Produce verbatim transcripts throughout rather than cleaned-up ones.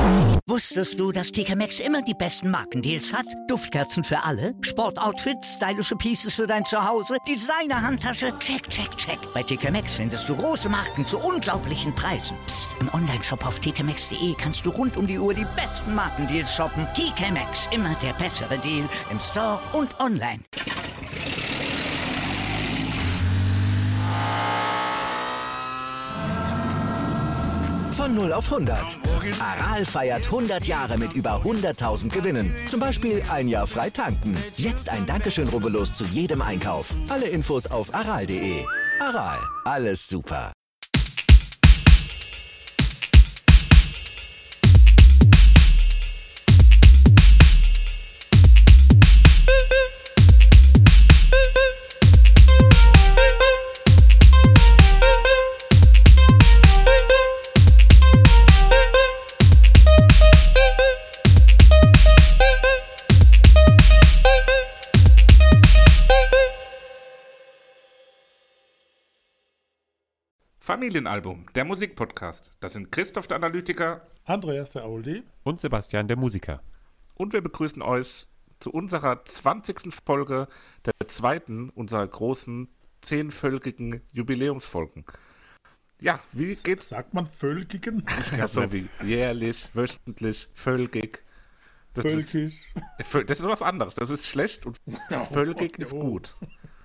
Wusstest du, dass T K Maxx immer die besten Markendeals hat? Duftkerzen für alle, Sportoutfits, stylische Pieces für dein Zuhause, Designer-Handtasche, check, check, check. Bei T K Maxx findest du große Marken zu unglaublichen Preisen. Psst. Im Onlineshop auf t k maxx punkt d e kannst du rund um die Uhr die besten Markendeals shoppen. T K Maxx, immer der bessere Deal im Store und online. Von null auf hundert. Aral feiert hundert Jahre mit über hunderttausend Gewinnen. Zum Beispiel ein Jahr frei tanken. Jetzt ein Dankeschön, rubbellos zu jedem Einkauf. Alle Infos auf aral punkt de. Aral, alles super. Familienalbum, der Musikpodcast. Das sind Christoph der Analytiker, Andreas der Auldi und Sebastian der Musiker. Und wir begrüßen euch zu unserer zwanzigsten Folge, der zweiten unserer großen zehnvölkigen Jubiläumsfolgen. Ja, wie geht's? Sagt man völkigen? Ja, so wie jährlich, wöchentlich, völkig. Das Völkisch. Ist, das ist was anderes. Das ist schlecht und völkig ist gut.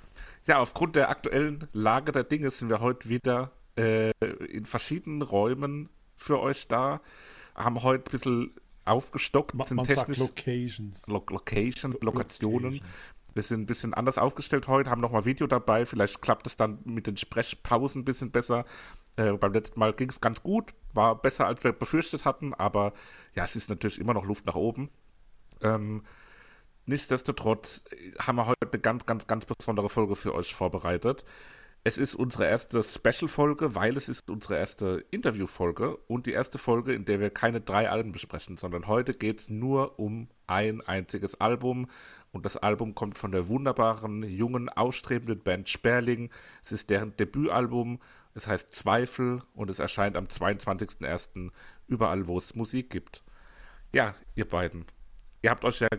Ja, aufgrund der aktuellen Lage der Dinge sind wir heute wieder äh, in verschiedenen Räumen für euch da. Haben heute ein bisschen aufgestockt. Man, sind man technisch, sagt Locations. Lo- Location, Lokationen. Location. Wir sind ein bisschen anders aufgestellt heute, haben nochmal Video dabei. Vielleicht klappt es dann mit den Sprechpausen ein bisschen besser. Äh, beim letzten Mal ging es ganz gut. War besser, als wir befürchtet hatten. Aber ja, es ist natürlich immer noch Luft nach oben. Ähm, Nichtsdestotrotz haben wir heute eine ganz, ganz, ganz besondere Folge für euch vorbereitet. Es ist unsere erste Special-Folge, weil es ist unsere erste Interview-Folge und die erste Folge, in der wir keine drei Alben besprechen, sondern heute geht es nur um ein einziges Album. Und das Album kommt von der wunderbaren, jungen, ausstrebenden Band Sperling. Es ist deren Debütalbum, es heißt Zweifel und es erscheint am zweiundzwanzigsten ersten überall, wo es Musik gibt. Ja, ihr beiden, ihr habt euch ja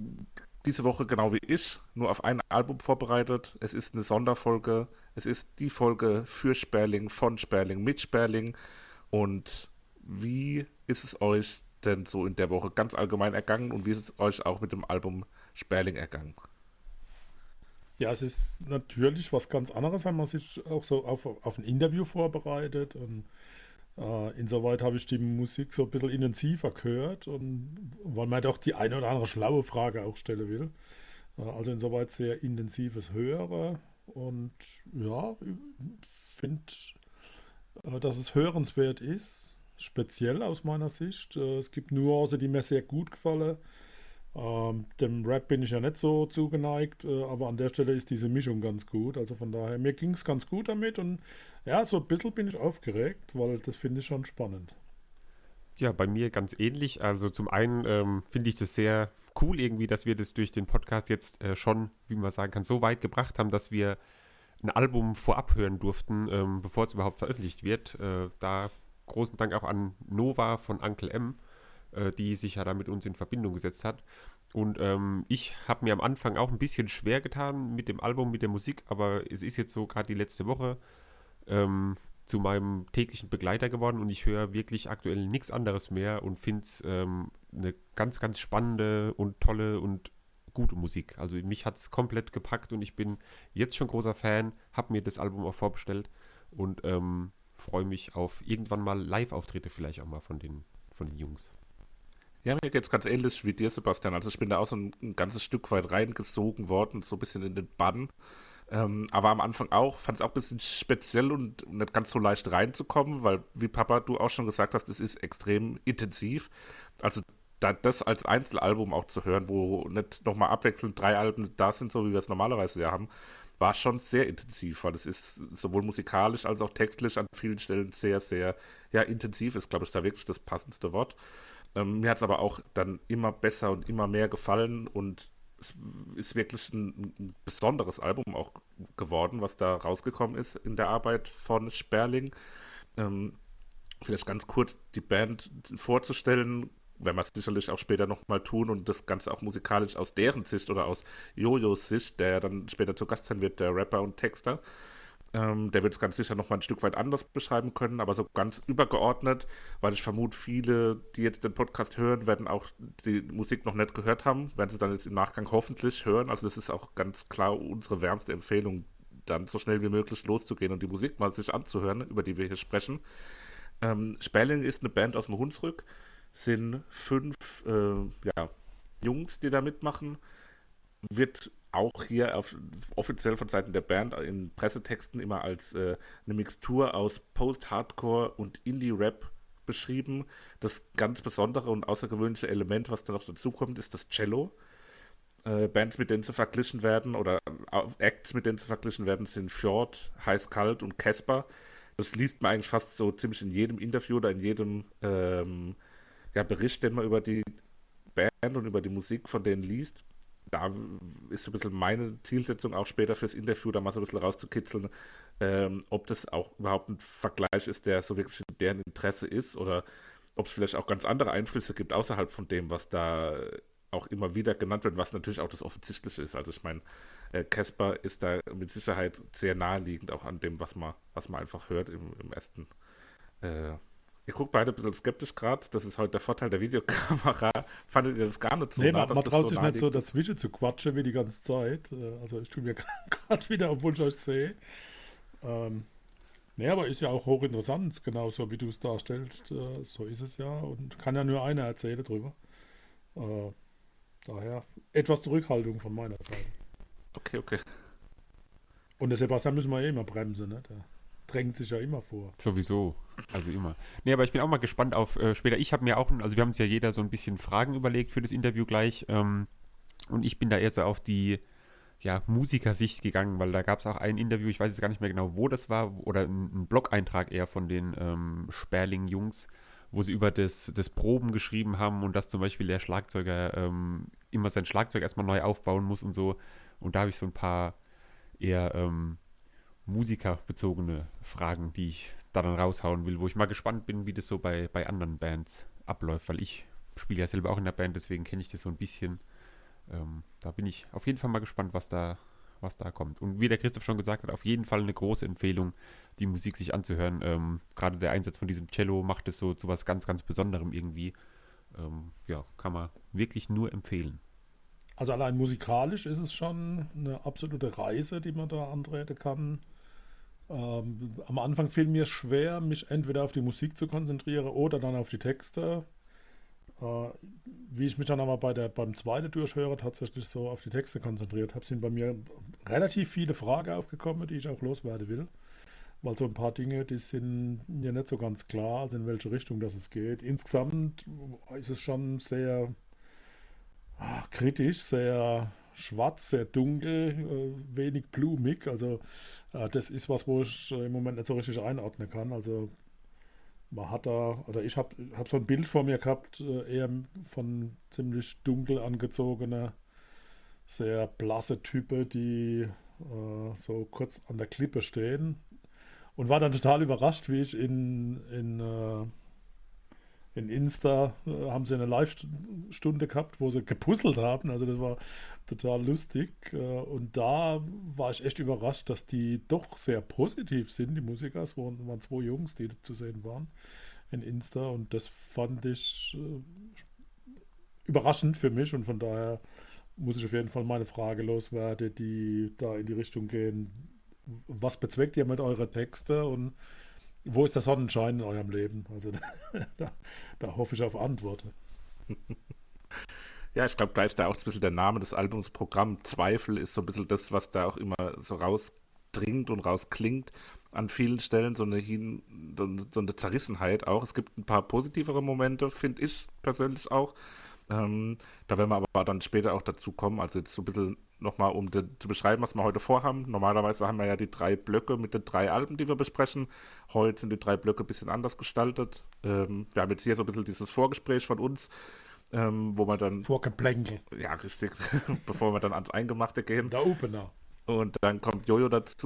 diese Woche, genau wie ich, nur auf ein Album vorbereitet. Es ist eine Sonderfolge. Es ist die Folge für Sperling, von Sperling, mit Sperling. Und wie ist es euch denn so in der Woche ganz allgemein ergangen und wie ist es euch auch mit dem Album Sperling ergangen? Ja, es ist natürlich was ganz anderes, wenn man sich auch so auf, auf ein Interview vorbereitet. Und äh, insoweit habe ich die Musik so ein bisschen intensiver gehört und weil man doch die eine oder andere schlaue Frage auch stellen will. Äh, also insoweit sehr intensives Hören und ja, ich finde, äh, dass es hörenswert ist, speziell aus meiner Sicht. Äh, es gibt Nuancen, die mir sehr gut gefallen. Ähm, dem Rap bin ich ja nicht so zugeneigt, äh, aber an der Stelle ist diese Mischung ganz gut. Also von daher, mir ging es ganz gut damit und ja, so ein bisschen bin ich aufgeregt, weil das finde ich schon spannend. Ja, bei mir ganz ähnlich. Also zum einen ähm, finde ich das sehr cool irgendwie, dass wir das durch den Podcast jetzt äh, schon, wie man sagen kann, so weit gebracht haben, dass wir ein Album vorab hören durften, ähm, bevor es überhaupt veröffentlicht wird. Äh, da großen Dank auch an Nova von Uncle M, äh, die sich ja da mit uns in Verbindung gesetzt hat. Und ähm, ich habe mir am Anfang auch ein bisschen schwer getan mit dem Album, mit der Musik, aber es ist jetzt so gerade die letzte Woche ähm, zu meinem täglichen Begleiter geworden und ich höre wirklich aktuell nichts anderes mehr und finde es ähm, eine ganz, ganz spannende und tolle und gute Musik. Also mich hat es komplett gepackt und ich bin jetzt schon großer Fan, habe mir das Album auch vorbestellt und ähm, freue mich auf irgendwann mal Live-Auftritte vielleicht auch mal von den, von den Jungs. Ja, mir geht es ganz ähnlich wie dir, Sebastian. Also ich bin da auch so ein, ein ganzes Stück weit reingesogen worden, so ein bisschen in den Bann. Ähm, aber am Anfang auch, fand es auch ein bisschen speziell und nicht ganz so leicht reinzukommen, weil, wie Papa, du auch schon gesagt hast, es ist extrem intensiv. Also da, das als Einzelalbum auch zu hören, wo nicht nochmal abwechselnd drei Alben da sind, so wie wir es normalerweise ja haben, war schon sehr intensiv, weil es ist sowohl musikalisch als auch textlich an vielen Stellen sehr, sehr ja, intensiv ist, glaube ich, da wirklich das passendste Wort. Ähm, mir hat es aber auch dann immer besser und immer mehr gefallen und es ist wirklich ein, ein besonderes Album auch geworden, was da rausgekommen ist in der Arbeit von Sperling. Ähm, vielleicht ganz kurz die Band vorzustellen, werden wir es sicherlich auch später nochmal tun und das Ganze auch musikalisch aus deren Sicht oder aus Jojos Sicht, der ja dann später zu Gast sein wird, der Rapper und Texter. Ähm, der wird es ganz sicher nochmal ein Stück weit anders beschreiben können, aber so ganz übergeordnet, weil ich vermute, viele, die jetzt den Podcast hören, werden auch die Musik noch nicht gehört haben, werden sie dann jetzt im Nachgang hoffentlich hören. Also das ist auch ganz klar unsere wärmste Empfehlung, dann so schnell wie möglich loszugehen und die Musik mal sich anzuhören, über die wir hier sprechen. Ähm, Sperling ist eine Band aus dem Hunsrück, sind fünf äh, ja, Jungs, die da mitmachen, wird auch hier auf, offiziell von Seiten der Band in Pressetexten immer als äh, eine Mixtur aus Post-Hardcore und Indie-Rap beschrieben. Das ganz besondere und außergewöhnliche Element, was da noch dazu kommt, ist das Cello. Äh, Bands, mit denen sie verglichen werden, oder Acts, mit denen sie verglichen werden, sind Fjord, Heiß Kalt und Casper. Das liest man eigentlich fast so ziemlich in jedem Interview oder in jedem ähm, ja, Bericht, den man über die Band und über die Musik von denen liest. Da ist so ein bisschen meine Zielsetzung auch später fürs Interview, da mal so ein bisschen rauszukitzeln, ähm, ob das auch überhaupt ein Vergleich ist, der so wirklich in deren Interesse ist oder ob es vielleicht auch ganz andere Einflüsse gibt, außerhalb von dem, was da auch immer wieder genannt wird, was natürlich auch das Offensichtliche ist. Also ich meine, Casper äh, ist da mit Sicherheit sehr naheliegend auch an dem, was man, was man einfach hört im, im ersten. Äh, Ihr guckt beide ein bisschen skeptisch gerade. Das ist heute der Vorteil der Videokamera. Fandet ihr das gar nicht so? Nee, nah, man, man traut so sich nicht so dazwischen zu quatschen wie die ganze Zeit. Also ich tue mir gerade wieder, obwohl ich euch sehe. Ähm, nee, aber ist ja auch hochinteressant, genauso wie du es darstellst. Äh, so ist es ja. Und kann ja nur einer erzählen drüber. Äh, daher etwas Zurückhaltung von meiner Seite. Okay, okay. Und der Sebastian müssen wir eh immer bremsen, ne? Der drängt sich ja immer vor. Sowieso, also immer. Nee, aber ich bin auch mal gespannt auf äh, später. Ich habe mir auch, also wir haben uns ja jeder so ein bisschen Fragen überlegt für das Interview gleich. Ähm, und ich bin da eher so auf die ja, Musikersicht gegangen, weil da gab es auch ein Interview, ich weiß jetzt gar nicht mehr genau, wo das war, oder ein, ein Blog-Eintrag eher von den ähm, Sperling-Jungs, wo sie über das, das Proben geschrieben haben und dass zum Beispiel der Schlagzeuger ähm, immer sein Schlagzeug erstmal neu aufbauen muss und so. Und da habe ich so ein paar eher ähm, musikerbezogene Fragen, die ich da dann raushauen will, wo ich mal gespannt bin, wie das so bei, bei anderen Bands abläuft, weil ich spiele ja selber auch in der Band, deswegen kenne ich das so ein bisschen. Ähm, da bin ich auf jeden Fall mal gespannt, was da, was da kommt. Und wie der Christoph schon gesagt hat, auf jeden Fall eine große Empfehlung, die Musik sich anzuhören. Ähm, gerade der Einsatz von diesem Cello macht es so zu was ganz, ganz Besonderem irgendwie. Ähm, ja, kann man wirklich nur empfehlen. Also allein musikalisch ist es schon eine absolute Reise, die man da antreten kann. Ähm, am Anfang fiel mir schwer, mich entweder auf die Musik zu konzentrieren oder dann auf die Texte. Äh, wie ich mich dann aber bei der, beim zweiten Durchhören tatsächlich so auf die Texte konzentriert habe, sind bei mir relativ viele Fragen aufgekommen, die ich auch loswerden will. Weil so ein paar Dinge, die sind mir nicht so ganz klar, also in welche Richtung das es geht. Insgesamt ist es schon sehr ah, kritisch, sehr schwarz, sehr dunkel, äh, wenig blumig. Also äh, das ist was, wo ich äh, im Moment nicht so richtig einordnen kann. Also man hat da, oder ich habe hab so ein Bild vor mir gehabt, äh, eher von ziemlich dunkel angezogener, sehr blasse Typen, die äh, so kurz an der Klippe stehen. Und war dann total überrascht, wie ich in, in, äh, in Insta äh, haben sie eine Live-Stunde gehabt, wo sie gepuzzelt haben. Also das war total lustig. Äh, und da war ich echt überrascht, dass die doch sehr positiv sind, die Musiker. Es waren, waren zwei Jungs, die zu sehen waren in Insta. Und das fand ich äh, überraschend für mich. Und von daher muss ich auf jeden Fall meine Frage loswerden, die da in die Richtung gehen. Was bezweckt ihr mit euren Texten und wo ist der Sonnenschein in eurem Leben? Also da, da hoffe ich auf Antworten. Ja, ich glaube, da ist da auch ein bisschen der Name des Albums. Programm Zweifel ist so ein bisschen das, was da auch immer so rausdringt und rausklingt an vielen Stellen. So eine, Hin, so eine Zerrissenheit auch. Es gibt ein paar positivere Momente, finde ich persönlich auch. Ähm, da werden wir aber dann später auch dazu kommen. Also jetzt so ein bisschen nochmal, um de, zu beschreiben, was wir heute vorhaben. Normalerweise haben wir ja die drei Blöcke mit den drei Alben, die wir besprechen. Heute sind die drei Blöcke ein bisschen anders gestaltet. Ähm, wir haben jetzt hier so ein bisschen dieses Vorgespräch von uns, ähm, wo wir dann... Vorgeplänkel. Ja, richtig. Bevor wir dann ans Eingemachte gehen. Der Opener. Und dann kommt Jojo dazu,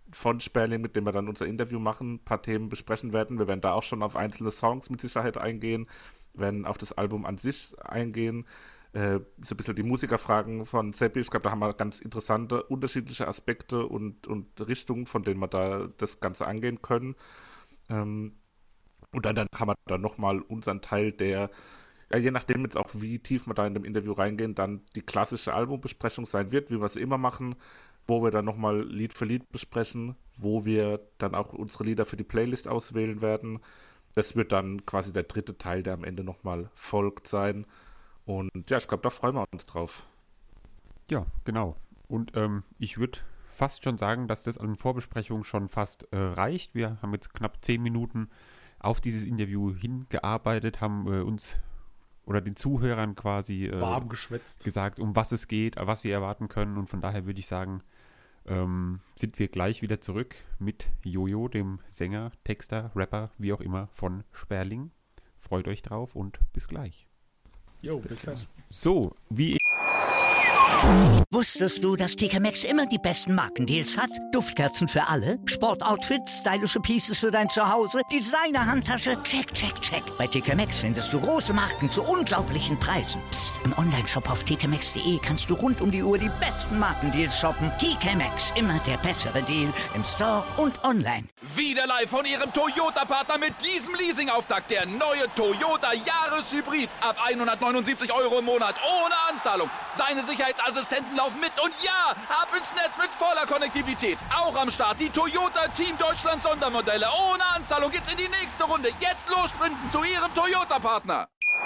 von Sperling, mit dem wir dann unser Interview machen, ein paar Themen besprechen werden. Wir werden da auch schon auf einzelne Songs mit Sicherheit eingehen, werden auf das Album an sich eingehen, äh, so ein bisschen die Musikerfragen von Seppi. Ich glaube, da haben wir ganz interessante, unterschiedliche Aspekte und, und Richtungen, von denen wir da das Ganze angehen können. Ähm, und dann, dann haben wir dann nochmal unseren Teil, der, ja, je nachdem jetzt auch, wie tief wir da in dem Interview reingehen, dann die klassische Albumbesprechung sein wird, wie wir es immer machen, wo wir dann nochmal Lied für Lied besprechen, wo wir dann auch unsere Lieder für die Playlist auswählen werden. Das wird dann quasi der dritte Teil, der am Ende nochmal folgt sein. Und ja, ich glaube, da freuen wir uns drauf. Ja, genau. Und ähm, ich würde fast schon sagen, dass das an Vorbesprechung schon fast äh, reicht. Wir haben jetzt knapp zehn Minuten auf dieses Interview hingearbeitet, haben äh, uns oder den Zuhörern quasi äh, warm geschwätzt gesagt, um was es geht, was sie erwarten können. Und von daher würde ich sagen, ähm, sind wir gleich wieder zurück mit Jojo, dem Sänger, Texter, Rapper, wie auch immer, von Sperling. Freut euch drauf und bis gleich. Jo, bis gleich. So, wie Wusstest du, dass T K Maxx immer die besten Markendeals hat? Duftkerzen für alle, Sportoutfits, stylische Pieces für dein Zuhause, Designer-Handtasche, check, check, check. Bei T K Maxx findest du große Marken zu unglaublichen Preisen. Psst. Im Onlineshop auf t k maxx punkt de kannst du rund um die Uhr die besten Markendeals shoppen. T K Maxx, immer der bessere Deal im Store und online. Wieder live von Ihrem Toyota-Partner mit diesem Leasing-Auftakt. Der neue Toyota Jahreshybrid. Ab hundertneunundsiebzig Euro im Monat ohne Anzahlung. Seine Sicherheitsassistenten laufen mit und ja, ab ins Netz mit voller Konnektivität. Auch am Start die Toyota Team Deutschland Sondermodelle. Ohne Anzahlung geht's in die nächste Runde. Jetzt los sprinten zu Ihrem Toyota-Partner.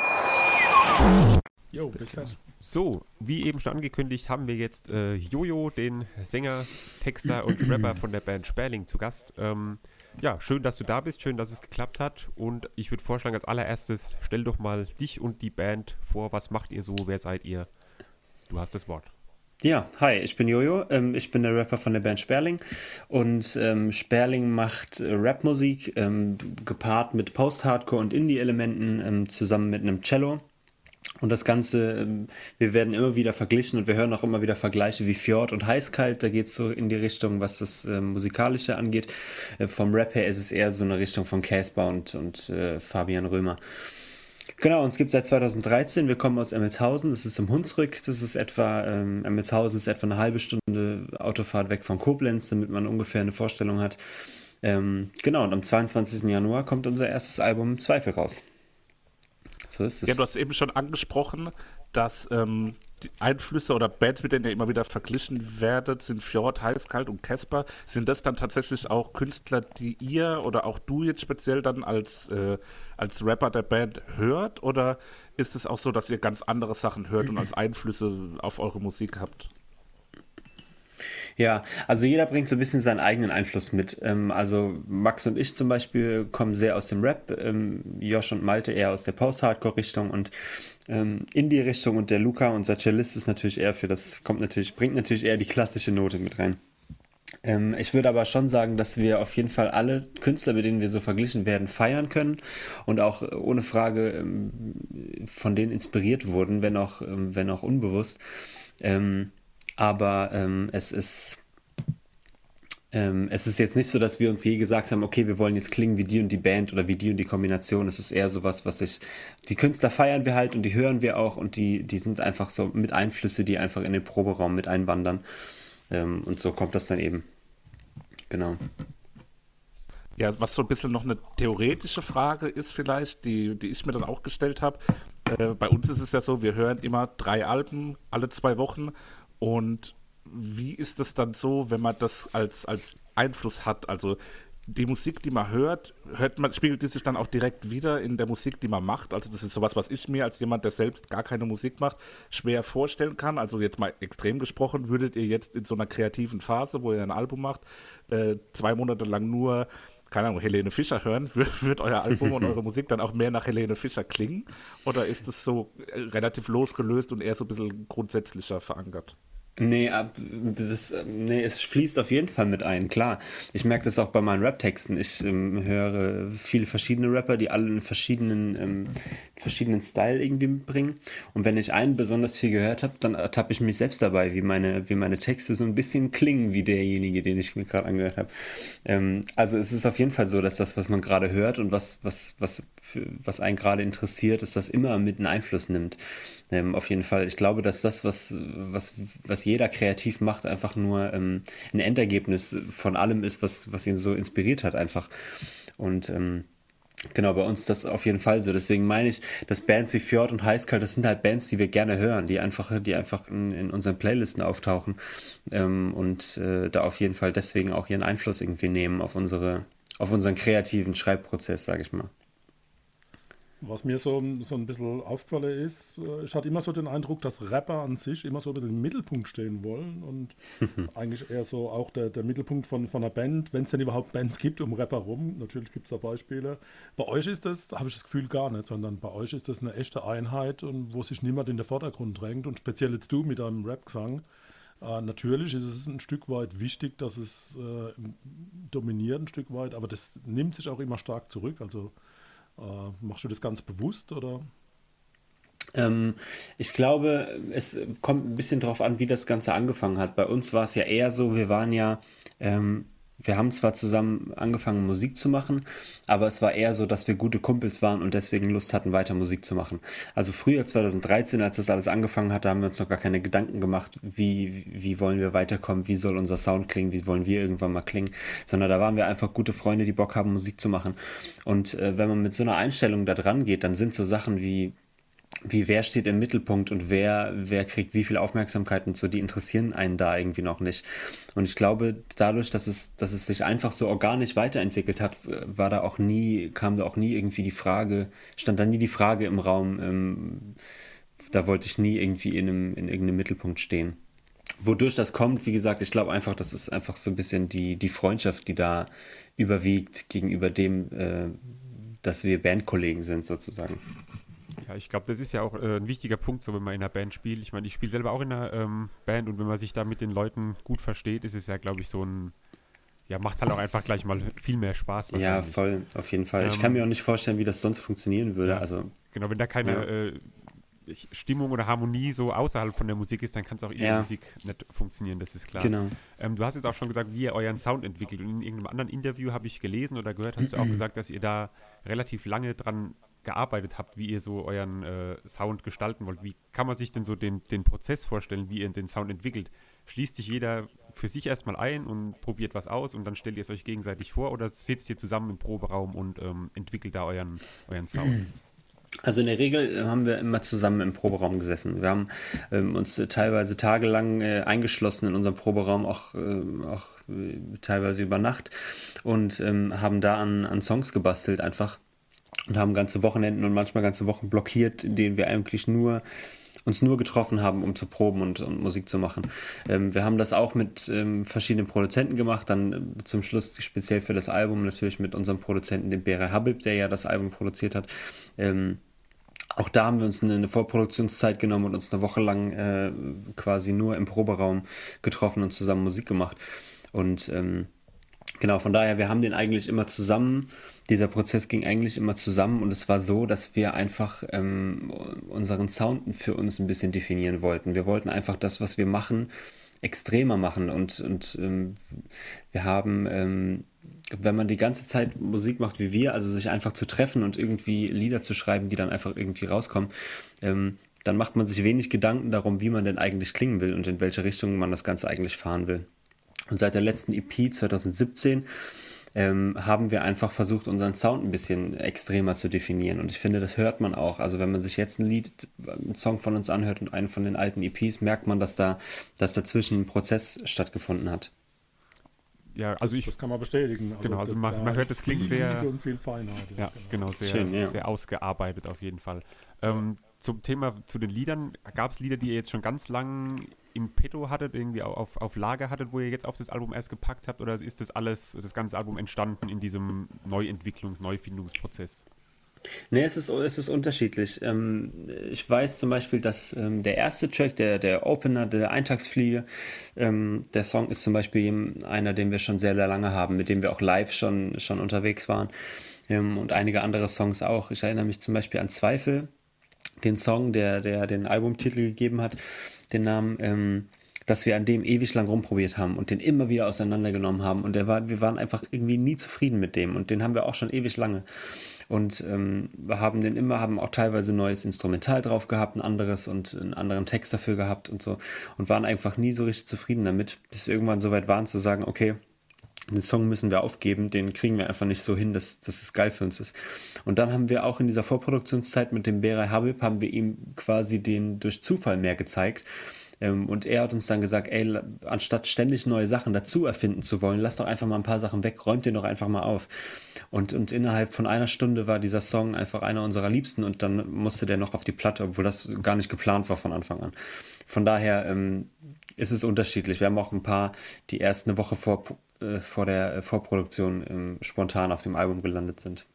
Jo, bis gleich. So, wie eben schon angekündigt, haben wir jetzt äh, Jojo, den Sänger, Texter und Rapper von der Band Sperling, zu Gast. Ähm, ja, schön, dass du da bist, schön, dass es geklappt hat. Und ich würde vorschlagen, als allererstes, stell doch mal dich und die Band vor. Was macht ihr so? Wer seid ihr? Du hast das Wort. Ja, hi, ich bin Jojo, ähm, ich bin der Rapper von der Band Sperling und ähm, Sperling macht äh, Rapmusik, ähm, gepaart mit Post-Hardcore und Indie-Elementen, ähm, zusammen mit einem Cello. Und das Ganze, ähm, wir werden immer wieder verglichen und wir hören auch immer wieder Vergleiche wie Fjord und Heißkalt. Da geht es so in die Richtung, was das äh, Musikalische angeht. Äh, vom Rap her ist es eher so eine Richtung von Casper und, und äh, Fabian Römer. Genau, uns gibt es seit zweitausenddreizehn. Wir kommen aus Emmelshausen, das ist im Hunsrück. Das ist etwa, ähm, Emmelshausen ist etwa eine halbe Stunde Autofahrt weg von Koblenz, damit man ungefähr eine Vorstellung hat. Ähm, genau, und am zweiundzwanzigsten Januar kommt unser erstes Album Zweifel raus. So ist es. Ja, du hast eben schon angesprochen, dass ähm, die Einflüsse oder Bands, mit denen ihr immer wieder verglichen werdet, sind Fjord, Heißkalt und Casper. Sind das dann tatsächlich auch Künstler, die ihr oder auch du jetzt speziell dann als, äh, als Rapper der Band hört? Oder ist es auch so, dass ihr ganz andere Sachen hört und als Einflüsse auf eure Musik habt? Ja, also jeder bringt so ein bisschen seinen eigenen Einfluss mit. Ähm, also Max und ich zum Beispiel kommen sehr aus dem Rap, ähm, Josh und Malte eher aus der Post-Hardcore-Richtung und ähm, in die Richtung, und der Luca, unser Cellist, ist natürlich eher für das, kommt natürlich, bringt natürlich eher die klassische Note mit rein. Ähm, ich würde aber schon sagen, dass wir auf jeden Fall alle Künstler, mit denen wir so verglichen werden, feiern können und auch ohne Frage ähm, von denen inspiriert wurden, wenn auch, ähm, wenn auch unbewusst. Ähm, Aber ähm, es ist ähm, es ist jetzt nicht so, dass wir uns je gesagt haben, okay, wir wollen jetzt klingen wie die und die Band oder wie die und die Kombination. Es ist eher sowas, was ich, die Künstler feiern wir halt und die hören wir auch und die, die sind einfach so mit Einflüsse, die einfach in den Proberaum mit einwandern. Ähm, und so kommt das dann eben. Genau. Ja, was so ein bisschen noch eine theoretische Frage ist vielleicht, die, die ich mir dann auch gestellt habe. Äh, bei uns ist es ja so, wir hören immer drei Alben alle zwei Wochen. Und wie ist es dann so, wenn man das als, als Einfluss hat? Also die Musik, die man hört, hört man, spiegelt die sich dann auch direkt wieder in der Musik, die man macht? Also das ist sowas, was ich mir als jemand, der selbst gar keine Musik macht, schwer vorstellen kann. Also jetzt mal extrem gesprochen, würdet ihr jetzt in so einer kreativen Phase, wo ihr ein Album macht, äh, zwei Monate lang nur, keine Ahnung, Helene Fischer hören, wird, wird euer Album und eure Musik dann auch mehr nach Helene Fischer klingen? Oder ist es so relativ losgelöst und eher so ein bisschen grundsätzlicher verankert? Nee, ab, das, nee, es fließt auf jeden Fall mit ein, klar. Ich merke das auch bei meinen Rap-Texten. Ich ähm, höre viele verschiedene Rapper, die alle in verschiedenen ähm, verschiedenen Style irgendwie mitbringen. Und wenn ich einen besonders viel gehört habe, dann ertappe ich mich selbst dabei, wie meine, wie meine Texte so ein bisschen klingen wie derjenige, den ich mir gerade angehört habe. Ähm, also es ist auf jeden Fall so, dass das, was man gerade hört und was, was, was, für, was einen gerade interessiert, dass das immer mit einen Einfluss nimmt. Ähm, auf jeden Fall. Ich glaube, dass das, was, was, was jeder kreativ macht, einfach nur ähm, ein Endergebnis von allem ist, was, was ihn so inspiriert hat einfach. Und ähm, genau, bei uns ist das auf jeden Fall so. Deswegen meine ich, dass Bands wie Fjord und Heißkalt, das sind halt Bands, die wir gerne hören, die einfach, die einfach in, in unseren Playlisten auftauchen ähm, und äh, da auf jeden Fall deswegen auch ihren Einfluss irgendwie nehmen auf unsere, auf unseren kreativen Schreibprozess, sage ich mal. Was mir so, so ein bisschen aufgefallen ist, ich hatte immer so den Eindruck, dass Rapper an sich immer so ein bisschen im Mittelpunkt stehen wollen und eigentlich eher so auch der, der Mittelpunkt von, von einer Band, wenn es denn überhaupt Bands gibt um Rapper rum. Natürlich gibt es da Beispiele. Bei euch ist das, habe ich das Gefühl, gar nicht, sondern bei euch ist das eine echte Einheit, und wo sich niemand in den Vordergrund drängt, und speziell jetzt du mit deinem Rap-Gesang. Äh, natürlich ist es ein Stück weit wichtig, dass es äh, dominiert ein Stück weit, aber das nimmt sich auch immer stark zurück. Also Uh, machst du das ganz bewusst, oder? Ähm, ich glaube, es kommt ein bisschen drauf an, wie das Ganze angefangen hat. Bei uns war es ja eher so, wir waren ja, ähm, wir haben zwar zusammen angefangen, Musik zu machen, aber es war eher so, dass wir gute Kumpels waren und deswegen Lust hatten, weiter Musik zu machen. Also früher, zwanzig dreizehn, als das alles angefangen hatte, haben wir uns noch gar keine Gedanken gemacht, wie, wie wollen wir weiterkommen, wie soll unser Sound klingen, wie wollen wir irgendwann mal klingen, sondern da waren wir einfach gute Freunde, die Bock haben, Musik zu machen. Und äh, wenn man mit so einer Einstellung da dran geht, dann sind so Sachen wie wie wer steht im Mittelpunkt und wer, wer kriegt wie viel Aufmerksamkeit und so, die interessieren einen da irgendwie noch nicht. Und ich glaube, dadurch, dass es, dass es sich einfach so organisch weiterentwickelt hat, war da auch nie, kam da auch nie irgendwie die Frage, stand da nie die Frage im Raum, ähm, da wollte ich nie irgendwie in, einem, in irgendeinem Mittelpunkt stehen. Wodurch das kommt, wie gesagt, ich glaube einfach, das ist einfach so ein bisschen die, die Freundschaft, die da überwiegt gegenüber dem, äh, dass wir Bandkollegen sind sozusagen. Ja, ich glaube, das ist ja auch äh, ein wichtiger Punkt, so wenn man in einer Band spielt. Ich meine, ich spiele selber auch in einer ähm, Band, und wenn man sich da mit den Leuten gut versteht, ist es ja, glaube ich, so ein, ja, macht halt auch einfach gleich mal viel mehr Spaß. Ja, voll, auf jeden Fall. Ähm, ich kann mir auch nicht vorstellen, wie das sonst funktionieren würde. Ja, also, genau, wenn da keine ja. äh, Stimmung oder Harmonie so außerhalb von der Musik ist, dann kann es auch in der Ja. Musik nicht funktionieren, das ist klar. Genau. Ähm, du hast jetzt auch schon gesagt, wie ihr euren Sound entwickelt, und in irgendeinem anderen Interview habe ich gelesen oder gehört, hast du auch gesagt, dass ihr da relativ lange dran gearbeitet habt, wie ihr so euren äh, Sound gestalten wollt. Wie kann man sich denn so den, den Prozess vorstellen, wie ihr den Sound entwickelt? Schließt sich jeder für sich erstmal ein und probiert was aus und dann stellt ihr es euch gegenseitig vor, oder sitzt ihr zusammen im Proberaum und ähm, entwickelt da euren, euren Sound? Also in der Regel haben wir immer zusammen im Proberaum gesessen. Wir haben ähm, uns äh, teilweise tagelang äh, eingeschlossen in unserem Proberaum, auch, äh, auch äh, teilweise über Nacht, und ähm, haben da an, an Songs gebastelt einfach. Und haben ganze Wochenenden und manchmal ganze Wochen blockiert, in denen wir eigentlich nur uns nur getroffen haben, um zu proben und, und Musik zu machen. Ähm, wir haben das auch mit ähm, verschiedenen Produzenten gemacht, dann äh, zum Schluss speziell für das Album natürlich mit unserem Produzenten, dem Bere Habib, der ja das Album produziert hat. Ähm, auch da haben wir uns eine, eine Vorproduktionszeit genommen und uns eine Woche lang äh, quasi nur im Proberaum getroffen und zusammen Musik gemacht. Und ähm, genau, von daher, wir haben den eigentlich immer zusammen, dieser Prozess ging eigentlich immer zusammen, und es war so, dass wir einfach ähm, unseren Sound für uns ein bisschen definieren wollten. Wir wollten einfach das, was wir machen, extremer machen, und, und ähm, wir haben, ähm, wenn man die ganze Zeit Musik macht wie wir, also sich einfach zu treffen und irgendwie Lieder zu schreiben, die dann einfach irgendwie rauskommen, ähm, dann macht man sich wenig Gedanken darum, wie man denn eigentlich klingen will und in welche Richtung man das Ganze eigentlich fahren will. Und seit der letzten E P zwanzig siebzehn ähm, haben wir einfach versucht, unseren Sound ein bisschen extremer zu definieren. Und ich finde, das hört man auch. Also wenn man sich jetzt ein Lied, einen Song von uns anhört und einen von den alten E Ps, merkt man, dass da, dass dazwischen ein Prozess stattgefunden hat. Ja, also ich, das kann man bestätigen. Also genau, also da, man, da man hört, es klingt sehr, und viel Feinheit. Ja, genau, sehr, Schön, ja. sehr ausgearbeitet auf jeden Fall. Ähm, zum Thema, zu den Liedern, gab es Lieder, die ihr jetzt schon ganz lang im Petto hattet, irgendwie auf, auf Lager hattet, wo ihr jetzt auf das Album erst gepackt habt, oder ist das alles, das ganze Album entstanden in diesem Neuentwicklungs-, Neufindungsprozess? Nee, es ist, es ist unterschiedlich. Ähm, ich weiß zum Beispiel, dass ähm, der erste Track, der, der Opener, der Eintagsfliege, ähm, der Song ist zum Beispiel einer, den wir schon sehr, sehr lange haben, mit dem wir auch live schon, schon unterwegs waren. ähm, und einige andere Songs auch. Ich erinnere mich zum Beispiel an Zweifel, den Song, der, der den Albumtitel gegeben hat, den Namen, ähm, dass wir an dem ewig lang rumprobiert haben und den immer wieder auseinandergenommen haben. Und der war, wir waren einfach irgendwie nie zufrieden mit dem. Und den haben wir auch schon ewig lange. Und ähm, wir haben den immer, haben auch teilweise ein neues Instrumental drauf gehabt, ein anderes und einen anderen Text dafür gehabt und so. Und waren einfach nie so richtig zufrieden damit, bis wir irgendwann so weit waren zu sagen, okay, den Song müssen wir aufgeben, den kriegen wir einfach nicht so hin, dass, dass es geil für uns ist. Und dann haben wir auch in dieser Vorproduktionszeit mit dem Beray Habib, haben wir ihm quasi den durch Zufall mehr gezeigt. Und er hat uns dann gesagt, ey, anstatt ständig neue Sachen dazu erfinden zu wollen, lass doch einfach mal ein paar Sachen weg, räumt den doch einfach mal auf. Und, und innerhalb von einer Stunde war dieser Song einfach einer unserer Liebsten und dann musste der noch auf die Platte, obwohl das gar nicht geplant war von Anfang an. Von daher ähm, ist es unterschiedlich. Wir haben auch ein paar, die erst eine Woche vor, äh, vor der Vorproduktion ähm, spontan auf dem Album gelandet sind.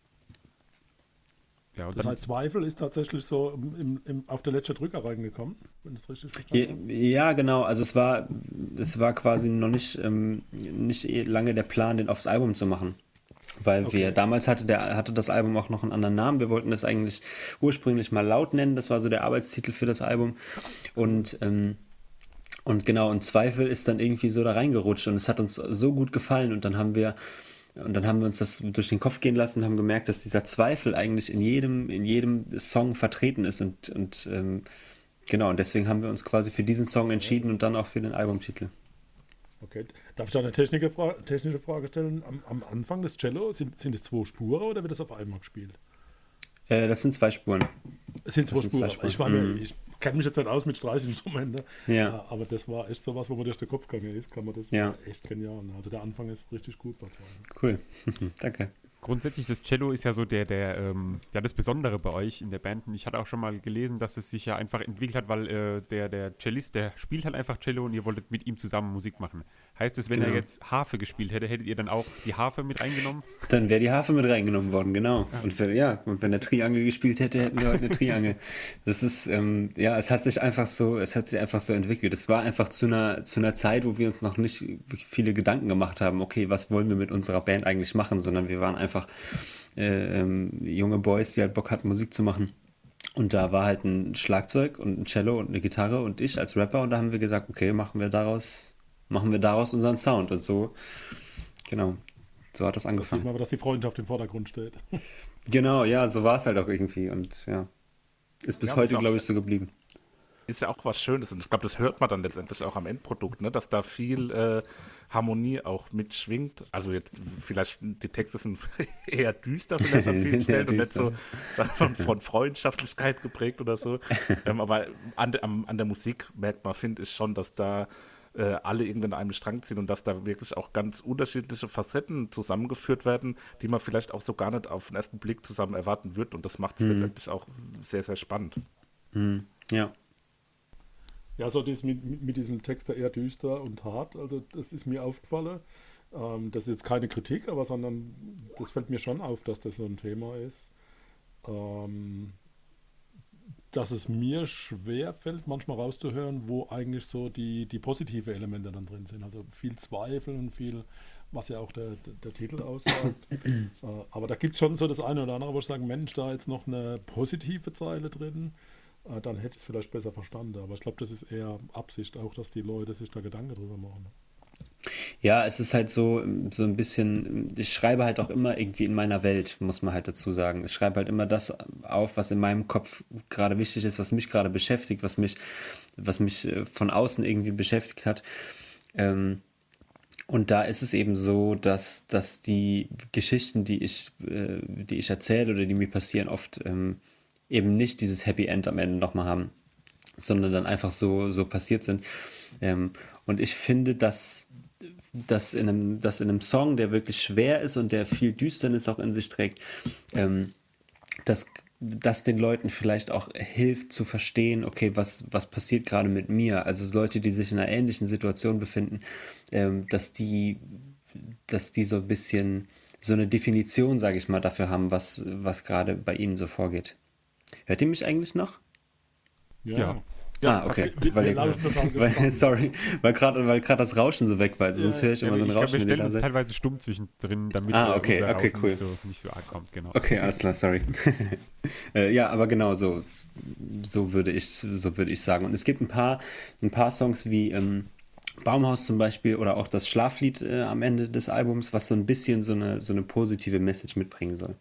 Ja, und das heißt, Zweifel ist tatsächlich so im, im, auf der letzten Drücker reingekommen, wenn ich das richtig verstanden habe. Ja, genau. Also es war, es war quasi noch nicht, ähm, nicht lange der Plan, den aufs Album zu machen. Weil okay. wir, damals hatte, der, hatte das Album auch noch einen anderen Namen. Wir wollten das eigentlich ursprünglich mal Laut nennen. Das war so der Arbeitstitel für das Album. Und, ähm, und genau, und Zweifel ist dann irgendwie so da reingerutscht und es hat uns so gut gefallen und dann haben wir Und dann haben wir uns das durch den Kopf gehen lassen und haben gemerkt, dass dieser Zweifel eigentlich in jedem, in jedem Song vertreten ist. Und, und ähm, genau, und deswegen haben wir uns quasi für diesen Song entschieden und dann auch für den Albumtitel. Okay. Darf ich da eine technische Frage, technische Frage stellen? Am, am Anfang des Cello, sind, sind es zwei Spuren oder wird das auf einmal gespielt? Äh, das sind zwei Spuren. Es sind zwei das Spuren. Sind zwei Spuren. Ich, meine, mhm. ich kenne mich jetzt nicht aus mit Streicinstrumenten, ja. aber das war echt sowas, wo man durch den Kopf gegangen ist. Kann man das ja. echt genial. Also der Anfang ist richtig gut. Cool, danke. Grundsätzlich, das Cello ist ja so der, der, ähm, ja, das Besondere bei euch in der Band. Und ich hatte auch schon mal gelesen, dass es sich ja einfach entwickelt hat, weil äh, der, der Cellist, der spielt halt einfach Cello und ihr wolltet mit ihm zusammen Musik machen. Heißt es, wenn genau. er jetzt Harfe gespielt hätte, hättet ihr dann auch die Harfe mit reingenommen? Dann wäre die Harfe mit reingenommen worden, genau. Ja. Und für, ja, und wenn er Triangel gespielt hätte, hätten wir heute eine Triangel. Das ist, ähm, ja, es hat sich einfach so, es hat sich einfach so entwickelt. Es war einfach zu einer, zu einer Zeit, wo wir uns noch nicht viele Gedanken gemacht haben, okay, was wollen wir mit unserer Band eigentlich machen, sondern wir waren einfach Äh, ähm, junge Boys, die halt Bock hatten, Musik zu machen. Und da war halt ein Schlagzeug und ein Cello und eine Gitarre und ich als Rapper und da haben wir gesagt, okay, machen wir daraus, machen wir daraus unseren Sound und so, genau, so hat das angefangen. Das sieht man, dass die Freundschaft im Vordergrund steht. Genau, ja, so war es halt auch irgendwie und ja, ist bis ja, heute, glaube ich, so geblieben. Ist ja auch was Schönes und ich glaube, das hört man dann letztendlich auch am Endprodukt, ne? Dass da viel äh, Harmonie auch mitschwingt. Also jetzt vielleicht, die Texte sind eher düster vielleicht an vielen Stellen und nicht so von, von Freundschaftlichkeit geprägt oder so. ähm, aber an, an, an der Musik merkt man, finde ich schon, dass da äh, alle irgendwie an einem Strang ziehen und dass da wirklich auch ganz unterschiedliche Facetten zusammengeführt werden, die man vielleicht auch so gar nicht auf den ersten Blick zusammen erwarten wird und das macht es mhm. letztendlich auch sehr, sehr spannend. Mhm. Ja. Ja, so das mit, mit diesem Text eher düster und hart, also das ist mir aufgefallen. Ähm, das ist jetzt keine Kritik, aber sondern das fällt mir schon auf, dass das so ein Thema ist. Ähm, dass es mir schwer fällt, manchmal rauszuhören, wo eigentlich so die, die positive Elemente dann drin sind. Also viel Zweifel und viel, was ja auch der, der, der Titel aussagt. äh, aber da gibt es schon so das eine oder andere, wo ich sage, Mensch, da ist noch eine positive Zeile drin. Dann hätte ich es vielleicht besser verstanden. Aber ich glaube, das ist eher Absicht auch, dass die Leute sich da Gedanken drüber machen. Ja, es ist halt so, so ein bisschen, ich schreibe halt auch immer irgendwie in meiner Welt, muss man halt dazu sagen. Ich schreibe halt immer das auf, was in meinem Kopf gerade wichtig ist, was mich gerade beschäftigt, was mich, was mich von außen irgendwie beschäftigt hat. Und da ist es eben so, dass, dass die Geschichten, die ich, die ich erzähle oder die mir passieren, oft eben nicht dieses Happy End am Ende nochmal haben, sondern dann einfach so, so passiert sind. Ähm, und ich finde, dass, dass, in einem, dass in einem Song, der wirklich schwer ist und der viel Düsternis auch in sich trägt, ähm, dass das den Leuten vielleicht auch hilft zu verstehen, okay, was, was passiert gerade mit mir? Also Leute, die sich in einer ähnlichen Situation befinden, ähm, dass die, dass die so ein bisschen so eine Definition, sage ich mal, dafür haben, was, was gerade bei ihnen so vorgeht. Hört ihr mich eigentlich noch? Ja. ja. Ja, ah, okay. Wir, weil, wir lauschen total weil, sorry, weil gerade weil das Rauschen so weg war. Sonst ja, höre ich immer ja, so ein Rauschen. Wir stellen uns teilweise stumm zwischendrin, damit ah, okay, okay, okay, cool. nicht, so, nicht so ankommt. Genau. Okay, alles klar, sorry. äh, ja, aber genau so, so würde ich, so würde ich sagen. Und es gibt ein paar, ein paar Songs wie ähm, Baumhaus zum Beispiel oder auch das Schlaflied äh, am Ende des Albums, was so ein bisschen so eine, so eine positive Message mitbringen soll.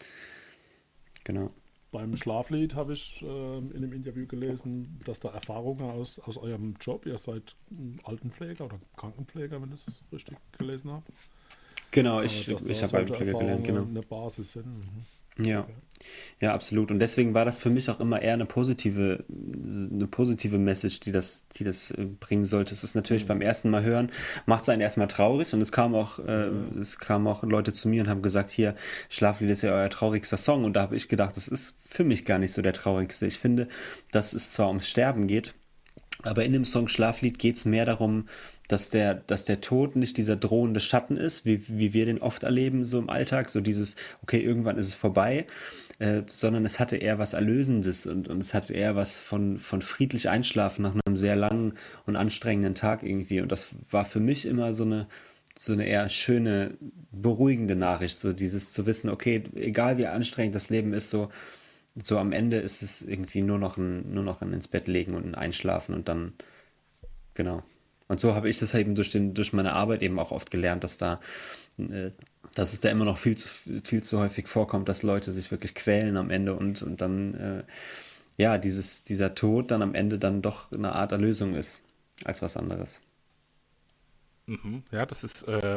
Genau. Beim Schlaflied habe ich äh, in einem Interview gelesen, dass da Erfahrungen aus, aus eurem Job, ihr seid Altenpfleger oder Krankenpfleger, wenn ich das richtig gelesen habe. Genau, ich, äh, ich habe Altenpfleger gelernt, genau. Eine Basis sind. Mhm. Ja. Okay. Ja, absolut. Und deswegen war das für mich auch immer eher eine positive, eine positive Message, die das, die das bringen sollte. Es ist natürlich mhm. beim ersten Mal hören, macht es einen erstmal traurig. Und es kam auch, äh, mhm. es kamen auch Leute zu mir und haben gesagt, hier, Schlaflied ist ja euer traurigster Song. Und da habe ich gedacht, das ist für mich gar nicht so der traurigste. Ich finde, dass es zwar ums Sterben geht, aber in dem Song Schlaflied geht es mehr darum, dass der, dass der Tod nicht dieser drohende Schatten ist, wie, wie wir den oft erleben, so im Alltag, so dieses, okay, irgendwann ist es vorbei, äh, sondern es hatte eher was Erlösendes und, und es hatte eher was von, von friedlich einschlafen nach einem sehr langen und anstrengenden Tag irgendwie. Und das war für mich immer so eine, so eine eher schöne, beruhigende Nachricht, so dieses zu wissen, okay, egal wie anstrengend das Leben ist, so So am Ende ist es irgendwie nur noch ein, nur noch ein ins Bett legen und ein Einschlafen und dann, genau. Und so habe ich das eben durch, den, durch meine Arbeit eben auch oft gelernt, dass da, äh, dass es da immer noch viel zu, viel zu häufig vorkommt, dass Leute sich wirklich quälen am Ende und, und dann, äh, ja, dieses, dieser Tod dann am Ende dann doch eine Art Erlösung ist, als was anderes. Mhm, ja, das ist, äh,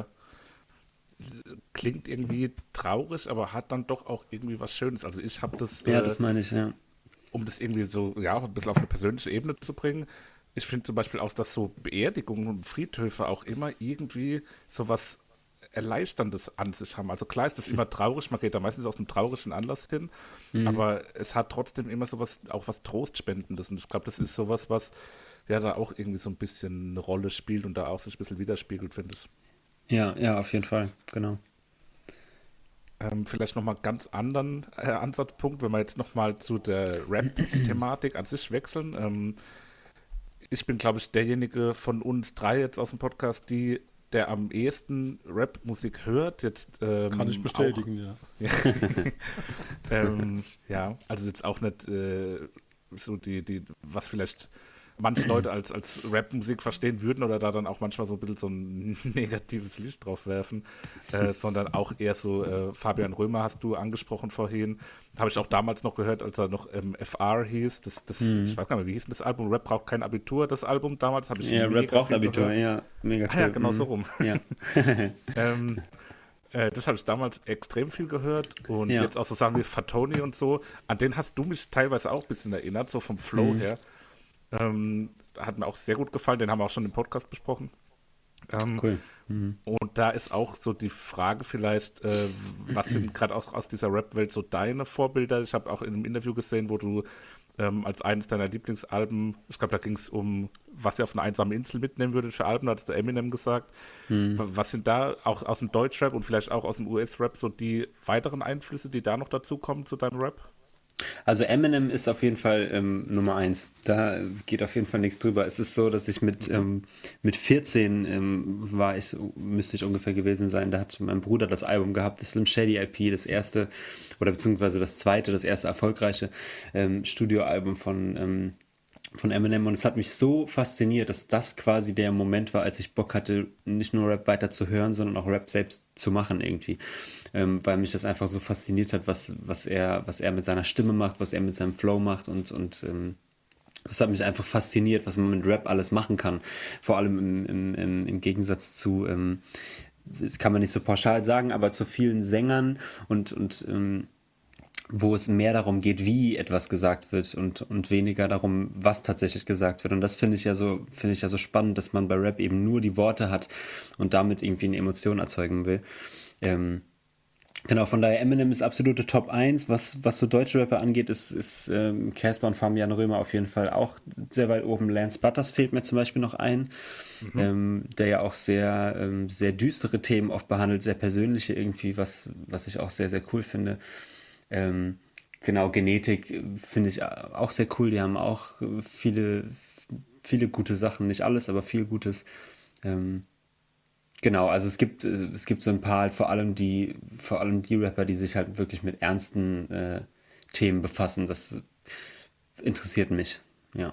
klingt irgendwie traurig, aber hat dann doch auch irgendwie was Schönes. Also ich habe das... Ja, äh, das meine ich, ja. Um das irgendwie so, ja, ein bisschen auf eine persönliche Ebene zu bringen. Ich finde zum Beispiel auch, dass so Beerdigungen und Friedhöfe auch immer irgendwie so was Erleichterndes an sich haben. Also klar ist das immer traurig, man geht da meistens aus einem traurigen Anlass hin, mhm. aber es hat trotzdem immer so was, auch was Trostspendendes. Und ich glaube, das ist sowas, was ja da auch irgendwie so ein bisschen eine Rolle spielt und da auch sich ein bisschen widerspiegelt, finde ich. Ja, ja, auf jeden Fall, genau. Ähm, vielleicht nochmal einen ganz anderen äh, Ansatzpunkt, wenn wir jetzt nochmal zu der Rap-Thematik an sich wechseln. Ähm, ich bin, glaube ich, derjenige von uns drei jetzt aus dem Podcast, die der am ehesten Rap-Musik hört. Jetzt, ähm, Kann ich bestätigen, auch, ja. ähm, ja, also jetzt auch nicht äh, so die, die, was vielleicht manche Leute als, als Rap-Musik verstehen würden oder da dann auch manchmal so ein bisschen so ein negatives Licht drauf werfen, äh, sondern auch eher so, äh, Fabian Römer hast du angesprochen vorhin, habe ich auch damals noch gehört, als er noch ähm, F R hieß, das, das, mhm. ich weiß gar nicht mehr, wie hieß denn das Album, Rap braucht kein Abitur, das Album damals, habe ich Ja, Rap braucht Abitur, gehört. Ja, mega cool. Ah, ja, genau mhm. so rum. Ja. ähm, äh, das habe ich damals extrem viel gehört und ja. jetzt auch so Sachen wie Fatoni und so, an den hast du mich teilweise auch ein bisschen erinnert, so vom Flow mhm. her. Ähm, hat mir auch sehr gut gefallen, den haben wir auch schon im Podcast besprochen. Ähm, cool. Mhm. Und da ist auch so die Frage vielleicht, äh, was sind gerade auch aus dieser Rap-Welt so deine Vorbilder? Ich habe auch in einem Interview gesehen, wo du ähm, als eines deiner Lieblingsalben, ich glaube, da ging es um, was ihr auf eine einsame Insel mitnehmen würdet für Alben, da hattest du Eminem gesagt. Mhm. Was sind da auch aus dem Deutschrap und vielleicht auch aus dem U S-Rap so die weiteren Einflüsse, die da noch dazu kommen zu deinem Rap? Also Eminem ist auf jeden Fall ähm, Nummer eins. Da geht auf jeden Fall nichts drüber. Es ist so, dass ich mit, ähm, mit vierzehn ähm, war ich, müsste ich ungefähr gewesen sein, da hat mein Bruder das Album gehabt, das Slim Shady I P, das erste, oder beziehungsweise das zweite, das erste erfolgreiche ähm, Studioalbum von ähm, von Eminem, und es hat mich so fasziniert, dass das quasi der Moment war, als ich Bock hatte, nicht nur Rap weiter zu hören, sondern auch Rap selbst zu machen irgendwie, ähm, weil mich das einfach so fasziniert hat, was, was er, was er mit seiner Stimme macht, was er mit seinem Flow macht, und, und ähm, das hat mich einfach fasziniert, was man mit Rap alles machen kann, vor allem im, im, im, im Gegensatz zu, ähm, das kann man nicht so pauschal sagen, aber zu vielen Sängern und, und ähm, wo es mehr darum geht, wie etwas gesagt wird und, und weniger darum, was tatsächlich gesagt wird. Und das finde ich ja so, finde ich ja so spannend, dass man bei Rap eben nur die Worte hat und damit irgendwie eine Emotion erzeugen will. Ähm, genau, von daher Eminem ist absolute Top eins. Was, was so deutsche Rapper angeht, ist, ist ähm, Casper und Fabian Römer auf jeden Fall auch sehr weit oben. Lance Butters fehlt mir zum Beispiel noch ein, mhm. ähm, der ja auch sehr, ähm, sehr düstere Themen oft behandelt, sehr persönliche irgendwie, was, was ich auch sehr, sehr cool finde. Ähm, genau, Genetik äh, finde ich auch sehr cool. Die haben auch äh, viele, viele gute Sachen, nicht alles, aber viel Gutes. Ähm, genau, also es gibt, äh, es gibt so ein paar, halt vor allem die, vor allem die Rapper, die sich halt wirklich mit ernsten äh, Themen befassen. Das interessiert mich, ja.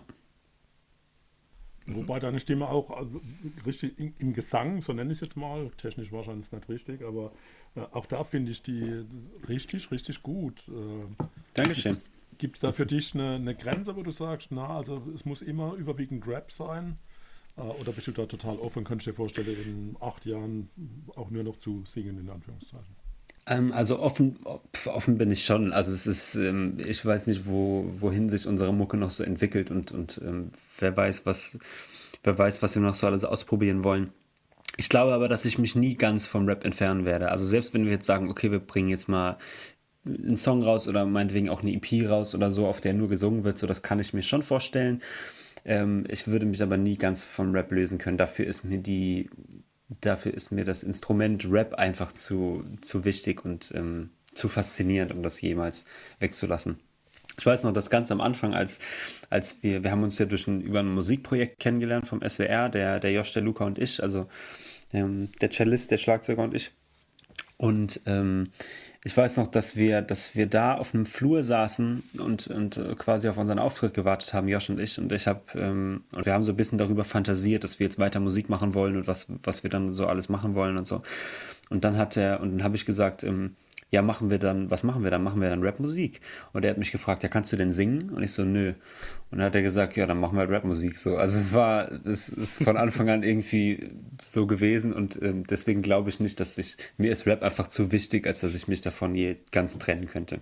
Wobei deine Stimme auch also, richtig in, im Gesang, so nenne ich es jetzt mal, technisch wahrscheinlich nicht richtig, aber äh, auch da finde ich die richtig, richtig gut. Äh, Dankeschön. Gibt es da für dich eine, eine Grenze, wo du sagst, na, also es muss immer überwiegend Rap sein? Äh, oder bist du da total offen? Könntest du dir vorstellen, in acht Jahren auch nur noch zu singen, in Anführungszeichen? Ähm, also offen, offen bin ich schon. Also es ist, ähm, ich weiß nicht, wo, wohin sich unsere Mucke noch so entwickelt und, und ähm, wer weiß, was, wer weiß, was wir noch so alles ausprobieren wollen. Ich glaube aber, dass ich mich nie ganz vom Rap entfernen werde. Also selbst wenn wir jetzt sagen, okay, wir bringen jetzt mal einen Song raus oder meinetwegen auch eine E P raus oder so, auf der nur gesungen wird, so das kann ich mir schon vorstellen. Ähm, ich würde mich aber nie ganz vom Rap lösen können. Dafür ist mir die Dafür ist mir das Instrument Rap einfach zu, zu wichtig und ähm, zu faszinierend, um das jemals wegzulassen. Ich weiß noch, das ganz am Anfang, als, als wir, wir haben uns ja durch ein, über ein Musikprojekt kennengelernt vom S W R, der, der Josh, der Luca und ich, also ähm, der Cellist, der Schlagzeuger und ich. Und ähm, ich weiß noch, dass wir, dass wir da auf einem Flur saßen und, und quasi auf unseren Auftritt gewartet haben, Josh und ich. Und ich habe, ähm, und wir haben so ein bisschen darüber fantasiert, dass wir jetzt weiter Musik machen wollen und was, was wir dann so alles machen wollen und so. Und dann hat er, und dann habe ich gesagt, ähm, ja, machen wir dann, was machen wir dann? Machen wir dann Rapmusik? Und er hat mich gefragt, ja, kannst du denn singen? Und ich so, nö. Und dann hat er gesagt, ja, dann machen wir halt Rapmusik. So, also es war, es ist von Anfang an irgendwie so gewesen und ähm, deswegen glaube ich nicht, dass ich, mir ist Rap einfach zu wichtig, als dass ich mich davon je ganz trennen könnte.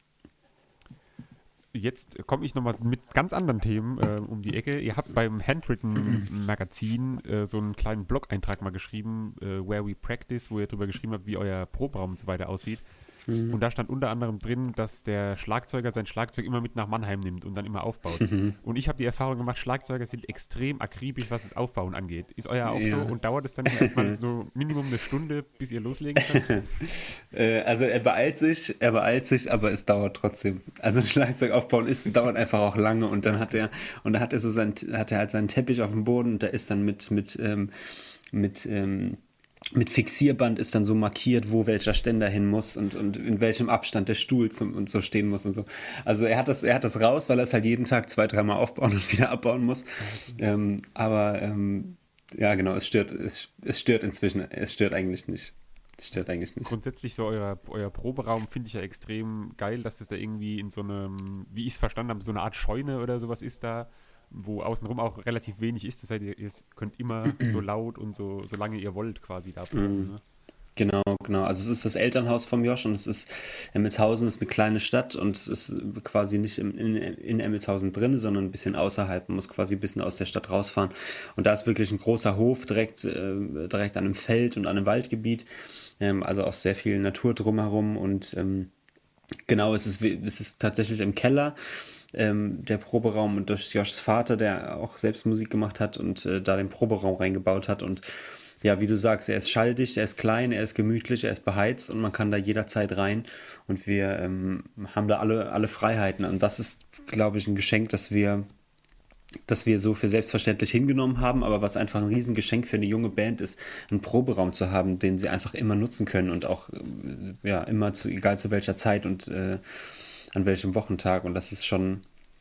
Jetzt komme ich nochmal mit ganz anderen Themen äh, um die Ecke. Ihr habt beim Handwritten Magazin äh, so einen kleinen Blog-Eintrag mal geschrieben, äh, Where We Practice, wo ihr darüber geschrieben habt, wie euer Proberaum und so weiter aussieht. Mhm. Und da stand unter anderem drin, dass der Schlagzeuger sein Schlagzeug immer mit nach Mannheim nimmt und dann immer aufbaut. Mhm. Und ich habe die Erfahrung gemacht, Schlagzeuger sind extrem akribisch, was das Aufbauen angeht. Ist euer auch ja. so? Und dauert es dann erstmal so Minimum eine Stunde, bis ihr loslegen könnt? äh, also er beeilt sich, er beeilt sich, aber es dauert trotzdem. Also ein Schlagzeug aufbauen ist, dauert einfach auch lange und dann hat er, und da hat er so sein, hat er halt seinen Teppich auf dem Boden und da ist dann mit, mit, ähm, mit, ähm, mit Fixierband ist dann so markiert, wo welcher Ständer hin muss und, und in welchem Abstand der Stuhl zum, und so stehen muss und so. Also er hat das, er hat das raus, weil er es halt jeden Tag zwei, dreimal aufbauen und wieder abbauen muss. Ähm, aber ähm, ja, genau, es stört, es, es stört inzwischen, es stört eigentlich nicht. Es stört eigentlich nicht. Grundsätzlich so euer, euer Proberaum finde ich ja extrem geil, dass es da irgendwie in so einem, wie ich es verstanden habe, so eine Art Scheune oder sowas ist da, wo außenrum auch relativ wenig ist. Das heißt, ihr, ihr könnt immer so laut und so, solange ihr wollt quasi da proben. Ne? Genau, genau. Also es ist das Elternhaus vom Josh und es ist, Emmelshausen ist eine kleine Stadt und es ist quasi nicht in, in, in Emmelshausen drin, sondern ein bisschen außerhalb. Man muss quasi ein bisschen aus der Stadt rausfahren. Und da ist wirklich ein großer Hof direkt, äh, direkt an einem Feld und an einem Waldgebiet. Ähm, also auch sehr viel Natur drumherum und ähm, genau, es ist, es ist tatsächlich im Keller. Ähm, der Proberaum und durch Joshs Vater, der auch selbst Musik gemacht hat und äh, da den Proberaum reingebaut hat und ja, wie du sagst, er ist schalldicht, er ist klein, er ist gemütlich, er ist beheizt und man kann da jederzeit rein und wir ähm, haben da alle, alle Freiheiten und das ist, glaube ich, ein Geschenk, das wir, das wir so für selbstverständlich hingenommen haben, aber was einfach ein Riesengeschenk für eine junge Band ist, einen Proberaum zu haben, den sie einfach immer nutzen können und auch äh, ja, immer zu, egal zu welcher Zeit und äh, an welchem Wochentag und das ist schon,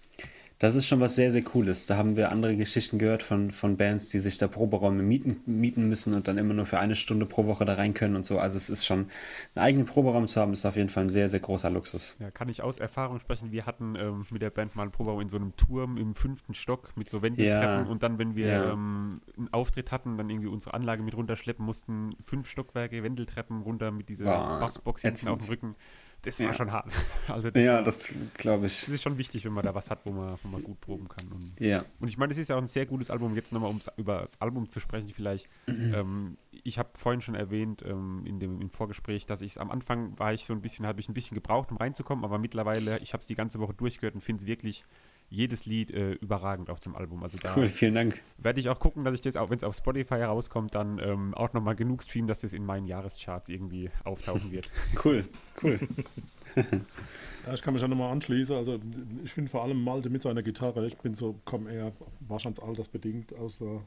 das ist schon was sehr, sehr Cooles. Da haben wir andere Geschichten gehört von, von Bands, die sich da Proberäume mieten, mieten müssen und dann immer nur für eine Stunde pro Woche da rein können und so. Also es ist schon, einen eigenen Proberaum zu haben, ist auf jeden Fall ein sehr, sehr großer Luxus. Ja, kann ich aus Erfahrung sprechen. Wir hatten ähm, mit der Band mal einen Proberaum in so einem Turm im fünften Stock mit so Wendeltreppen ja. und dann, wenn wir ja. ähm, einen Auftritt hatten, dann irgendwie unsere Anlage mit runterschleppen mussten, fünf Stockwerke, Wendeltreppen runter mit dieser Boah, Bassbox hinten auf dem Rücken. Das war ja. schon hart. Also das ja, war, das glaube ich. Das ist schon wichtig, wenn man da was hat, wo man, wo man gut proben kann. Und, ja. und ich meine, es ist ja auch ein sehr gutes Album. Jetzt nochmal, um über das Album zu sprechen vielleicht. Mhm. Ähm, ich habe vorhin schon erwähnt ähm, in dem im Vorgespräch, dass ich es am Anfang war ich so ein bisschen, habe ich ein bisschen gebraucht, um reinzukommen, aber mittlerweile, ich habe es die ganze Woche durchgehört und finde es wirklich jedes Lied äh, überragend auf dem Album. Also da cool, vielen Dank. Werde ich auch gucken, dass ich das, auch wenn es auf Spotify herauskommt, dann ähm, auch nochmal genug streamen, dass das in meinen Jahrescharts irgendwie auftauchen wird. Cool, cool. Ja, ich kann mich ja nochmal anschließen. Also ich finde vor allem Malte mit seiner Gitarre, ich bin so, komme eher wahrscheinlich altersbedingt aus, der,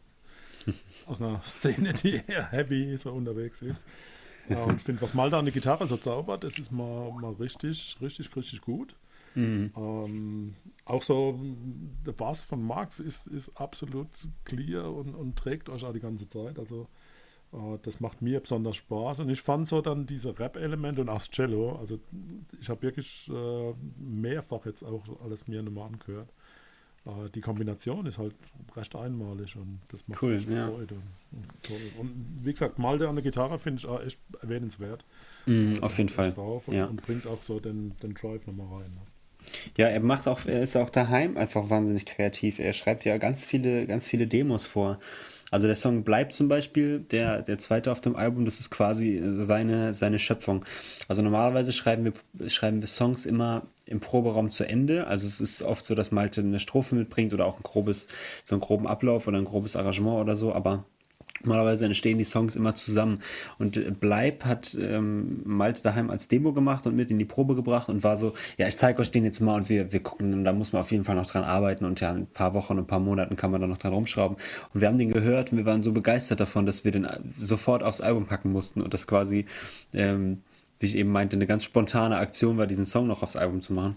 aus einer Szene, die eher heavy so unterwegs ist. Ja, und ich finde, was Malte an der Gitarre so zaubert, das ist mal, mal richtig, richtig, richtig gut. Mhm. Ähm, auch so der Bass von Max ist, ist absolut clear und, und trägt euch auch die ganze Zeit. Also äh, das macht mir besonders Spaß. Und ich fand so dann diese Rap-Elemente und auch das Cello. Also ich habe wirklich äh, mehrfach jetzt auch alles mir nochmal angehört. Äh, die Kombination ist halt recht einmalig und das macht cool, echt ja. Freude. Und, toll. Und wie gesagt, Malte an der Gitarre finde ich auch echt erwähnenswert. Mhm, auf jeden Fall. Drauf und, ja. und bringt auch so den, den Drive nochmal rein. Ne? Ja, er macht auch, er ist auch daheim einfach wahnsinnig kreativ. Er schreibt ja ganz viele, ganz viele Demos vor. Also der Song Bleib zum Beispiel, der, der zweite auf dem Album, das ist quasi seine, seine Schöpfung. Also normalerweise schreiben wir, schreiben wir Songs immer im Proberaum zu Ende. Also es ist oft so, dass Malte eine Strophe mitbringt oder auch ein grobes, so einen groben Ablauf oder ein grobes Arrangement oder so, aber normalerweise entstehen die Songs immer zusammen. Und äh, Bleib hat ähm, Malte daheim als Demo gemacht und mit in die Probe gebracht und war so, ja, ich zeige euch den jetzt mal und wir, wir gucken, und da muss man auf jeden Fall noch dran arbeiten und ja, in ein paar Wochen, ein paar Monaten kann man da noch dran rumschrauben. Und wir haben den gehört und wir waren so begeistert davon, dass wir den sofort aufs Album packen mussten und das quasi, ähm, wie ich eben meinte, eine ganz spontane Aktion war, diesen Song noch aufs Album zu machen.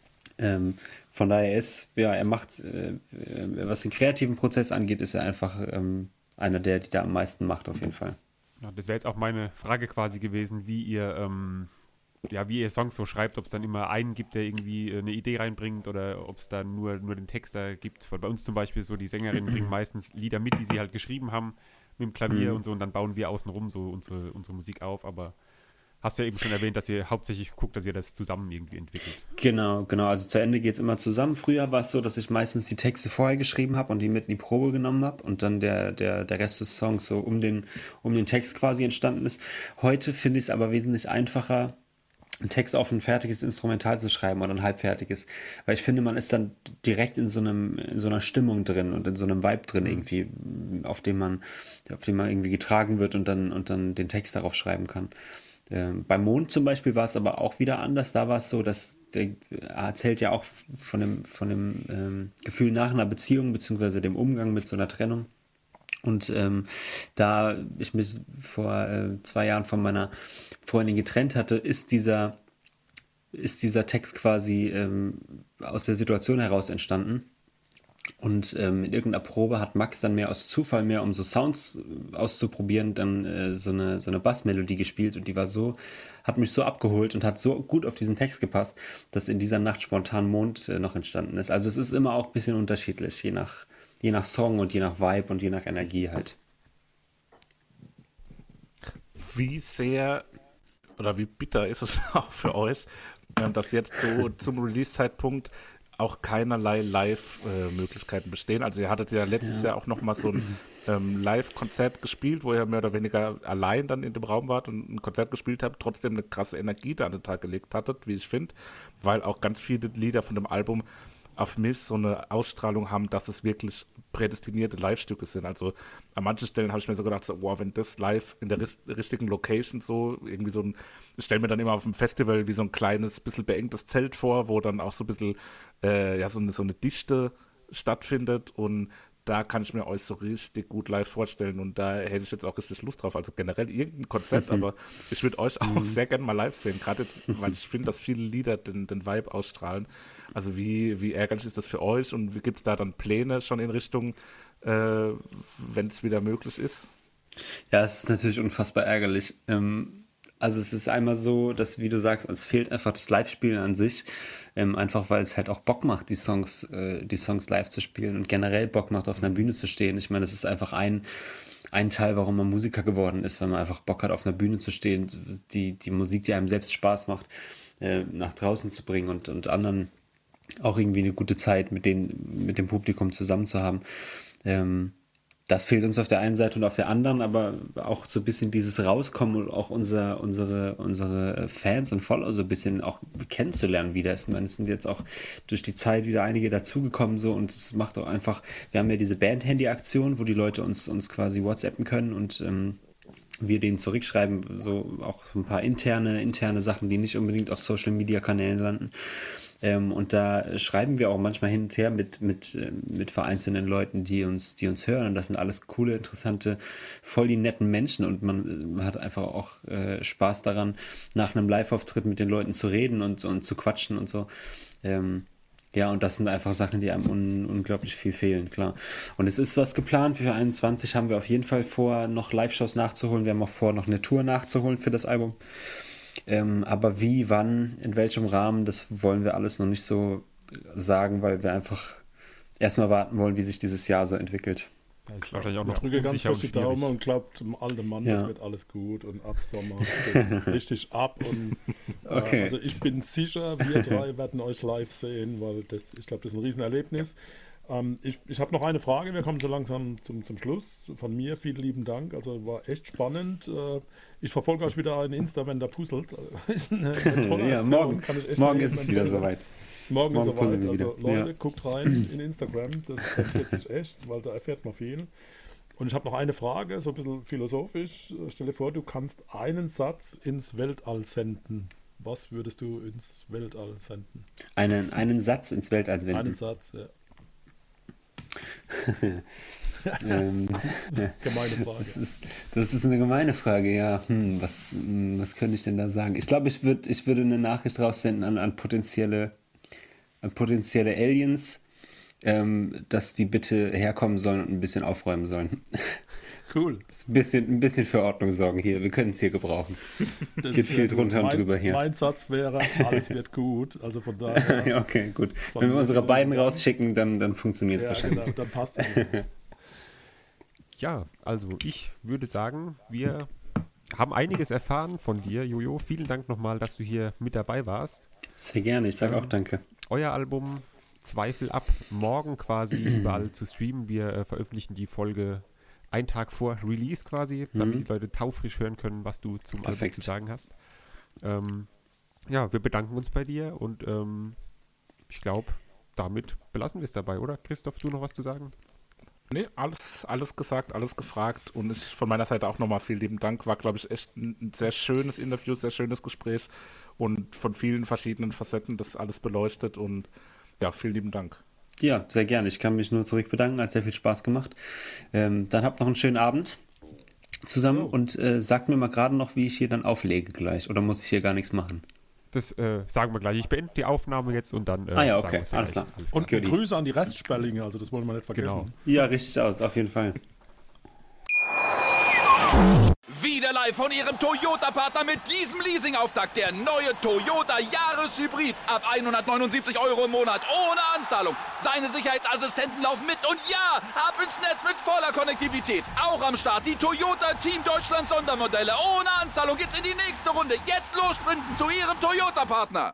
Ähm, von daher ist, ja, er macht, äh, was den kreativen Prozess angeht, ist er einfach ähm, einer der, die da am meisten macht, auf jeden Fall. Ja, das wäre jetzt auch meine Frage quasi gewesen, wie ihr, ähm, ja, wie ihr Songs so schreibt, ob es dann immer einen gibt, der irgendwie eine Idee reinbringt oder ob es dann nur, nur den Text da gibt. Weil bei uns zum Beispiel so, die Sängerinnen bringen meistens Lieder mit, die sie halt geschrieben haben, mit dem Klavier mhm. und so, und dann bauen wir außenrum so unsere, unsere Musik auf, aber hast du ja eben schon erwähnt, dass ihr hauptsächlich guckt, dass ihr das zusammen irgendwie entwickelt. Genau, genau. Also zu Ende geht es immer zusammen. Früher war es so, dass ich meistens die Texte vorher geschrieben habe und die mit in die Probe genommen habe und dann der, der, der Rest des Songs so um den, um den Text quasi entstanden ist. Heute finde ich es aber wesentlich einfacher, einen Text auf ein fertiges Instrumental zu schreiben oder ein halbfertiges. Weil ich finde, man ist dann direkt in so einem, in so einer Stimmung drin und in so einem Vibe drin irgendwie, auf dem man, auf dem man irgendwie getragen wird und dann, und dann den Text darauf schreiben kann. Ähm, beim Mond zum Beispiel war es aber auch wieder anders. Da war es so, dass der erzählt ja auch von dem, von dem ähm, Gefühl nach einer Beziehung beziehungsweise dem Umgang mit so einer Trennung. Und ähm, da ich mich vor äh, zwei Jahren von meiner Freundin getrennt hatte, ist dieser, ist dieser Text quasi ähm, aus der Situation heraus entstanden. Und ähm, in irgendeiner Probe hat Max dann mehr aus Zufall, mehr um so Sounds auszuprobieren, dann äh, so eine, so eine Bassmelodie gespielt und die war so, hat mich so abgeholt und hat so gut auf diesen Text gepasst, dass in dieser Nacht spontan Mond äh, noch entstanden ist. Also es ist immer auch ein bisschen unterschiedlich, je nach, je nach Song und je nach Vibe und je nach Energie halt. Wie sehr oder wie bitter ist es auch für euch, dass jetzt so zum Release-Zeitpunkt auch keinerlei Live-Möglichkeiten bestehen. Also ihr hattet ja letztes ja. Jahr auch nochmal so ein ähm, Live-Konzert gespielt, wo ihr mehr oder weniger allein dann in dem Raum wart und ein Konzert gespielt habt, trotzdem eine krasse Energie da an den Tag gelegt hattet, wie ich finde, weil auch ganz viele Lieder von dem Album auf mich so eine Ausstrahlung haben, dass es wirklich prädestinierte Live-Stücke sind. Also an manchen Stellen habe ich mir so gedacht, so, wow, wenn das live in der ris- richtigen Location so irgendwie so ein, ich stelle mir dann immer auf dem Festival wie so ein kleines, bisschen beengtes Zelt vor, wo dann auch so ein bisschen äh, ja, so eine, so eine Dichte stattfindet und da kann ich mir euch so richtig gut live vorstellen und da hätte ich jetzt auch richtig Lust drauf. Also generell irgendein Konzept, mhm. aber ich würde euch auch mhm. sehr gerne mal live sehen, gerade weil ich finde, dass viele Lieder den, den Vibe ausstrahlen. Also wie, wie ärgerlich ist das für euch und wie gibt es da dann Pläne schon in Richtung, äh, wenn es wieder möglich ist? Ja, es ist natürlich unfassbar ärgerlich. Ähm, also es ist einmal so, dass, wie du sagst, es fehlt einfach das Live-Spielen an sich, ähm, einfach weil es halt auch Bock macht, die Songs, äh, die Songs live zu spielen und generell Bock macht, auf einer Bühne zu stehen. Ich meine, das ist einfach ein, ein Teil, warum man Musiker geworden ist, wenn man einfach Bock hat, auf einer Bühne zu stehen, die, die Musik, die einem selbst Spaß macht, äh, nach draußen zu bringen und, und anderen auch irgendwie eine gute Zeit mit, den, mit dem Publikum zusammen zu haben. Ähm, das fehlt uns auf der einen Seite und auf der anderen, aber auch so ein bisschen dieses Rauskommen und auch unser, unsere, unsere Fans und Follower so ein bisschen auch kennenzulernen wieder. Ich meine, es sind jetzt auch durch die Zeit wieder einige dazugekommen so und es macht auch einfach, wir haben ja diese Band-Handy-Aktion, wo die Leute uns, uns quasi WhatsAppen können und ähm, wir denen zurückschreiben, so auch ein paar interne, interne Sachen, die nicht unbedingt auf Social-Media-Kanälen landen. Ähm, und da schreiben wir auch manchmal hin und her mit, mit, mit vereinzelten Leuten, die uns, die uns hören. Und das sind alles coole, interessante, voll die netten Menschen. Und man, man hat einfach auch äh, Spaß daran, nach einem Live-Auftritt mit den Leuten zu reden und, und zu quatschen und so. Ähm, ja, und das sind einfach Sachen, die einem un, unglaublich viel fehlen, klar. Und es ist was geplant. Für einundzwanzig haben wir auf jeden Fall vor, noch Live-Shows nachzuholen. Wir haben auch vor, noch eine Tour nachzuholen für das Album. Ähm, aber wie, wann, in welchem Rahmen, das wollen wir alles noch nicht so sagen, weil wir einfach erstmal warten wollen, wie sich dieses Jahr so entwickelt. Ich drücke ganz fest die Daumen und glaubt dem alten Mann, ja. Das wird alles gut und ab Sommer geht's richtig ab. Und, äh, okay. Also ich bin sicher, wir drei werden euch live sehen, weil das, ich glaube, das ist ein Riesenerlebnis. Ähm, ich ich habe noch eine Frage, wir kommen so langsam zum, zum Schluss. Von mir vielen lieben Dank, also war echt spannend. Äh, ich verfolge euch wieder in Insta, wenn der puzzelt. Ist eine, eine tolle ja, Aktion. morgen, Kann ich echt morgen ist es wieder soweit. Morgen, morgen ist soweit, also wieder. Leute, ja. guckt rein in Instagram, das rentiert sich echt, weil da erfährt man viel. Und ich habe noch eine Frage, so ein bisschen philosophisch. Stell dir vor, du kannst einen Satz ins Weltall senden. Was würdest du ins Weltall senden? Einen, einen Satz ins Weltall senden? Einen Satz, ja. ähm, gemeine Frage. Das ist, das ist eine gemeine Frage, ja. Hm, was, was könnte ich denn da sagen? Ich glaube, ich, würd, ich würde eine Nachricht raussenden an, an, potenzielle, an potenzielle Aliens, ähm, dass die bitte herkommen sollen und ein bisschen aufräumen sollen. Cool. Ein bisschen, ein bisschen für Ordnung sorgen hier. Wir können es hier gebrauchen. Das geht viel drunter und drüber hier. Mein Satz wäre, alles wird gut. Also von daher. Okay, gut. Wenn wir unsere beiden rausschicken, dann, dann funktioniert es ja, wahrscheinlich. Genau, dann passt das. Ja, also ich würde sagen, wir haben einiges erfahren von dir, Jojo. Vielen Dank nochmal, dass du hier mit dabei warst. Sehr gerne, ich sage ähm, auch danke. Euer Album Zweifel ab, morgen quasi überall zu streamen. Wir äh, veröffentlichen die Folge einen Tag vor Release quasi, damit mhm. die Leute taufrisch hören können, was du zum Perfekt. Album zu sagen hast. Ähm, ja, wir bedanken uns bei dir und ähm, ich glaube, damit belassen wir es dabei, oder? Christoph, du noch was zu sagen? Nee, alles, alles gesagt, alles gefragt und ich von meiner Seite auch nochmal vielen lieben Dank. War, glaube ich, echt ein, ein sehr schönes Interview, sehr schönes Gespräch und von vielen verschiedenen Facetten das alles beleuchtet und ja, vielen lieben Dank. Ja, sehr gerne. Ich kann mich nur zurück bedanken. Hat sehr viel Spaß gemacht. Ähm, dann habt noch einen schönen Abend zusammen oh. und äh, sagt mir mal gerade noch, wie ich hier dann auflege gleich. Oder muss ich hier gar nichts machen? Das äh, sagen wir gleich. Ich beende die Aufnahme jetzt und dann. Äh, ah ja, okay. Alles klar. Alles klar. Und okay. Grüße an die Restsperlinge, also das wollen wir nicht vergessen. Genau. Ja, richtig aus, auf jeden Fall. Wieder live von Ihrem Toyota-Partner mit diesem Leasing-Auftakt. Der neue Toyota Jahreshybrid. Ab hundertneunundsiebzig Euro im Monat. Ohne Anzahlung. Seine Sicherheitsassistenten laufen mit. Und ja, ab ins Netz mit voller Konnektivität. Auch am Start die Toyota Team Deutschland Sondermodelle. Ohne Anzahlung geht's in die nächste Runde. Jetzt los sprinten zu Ihrem Toyota-Partner.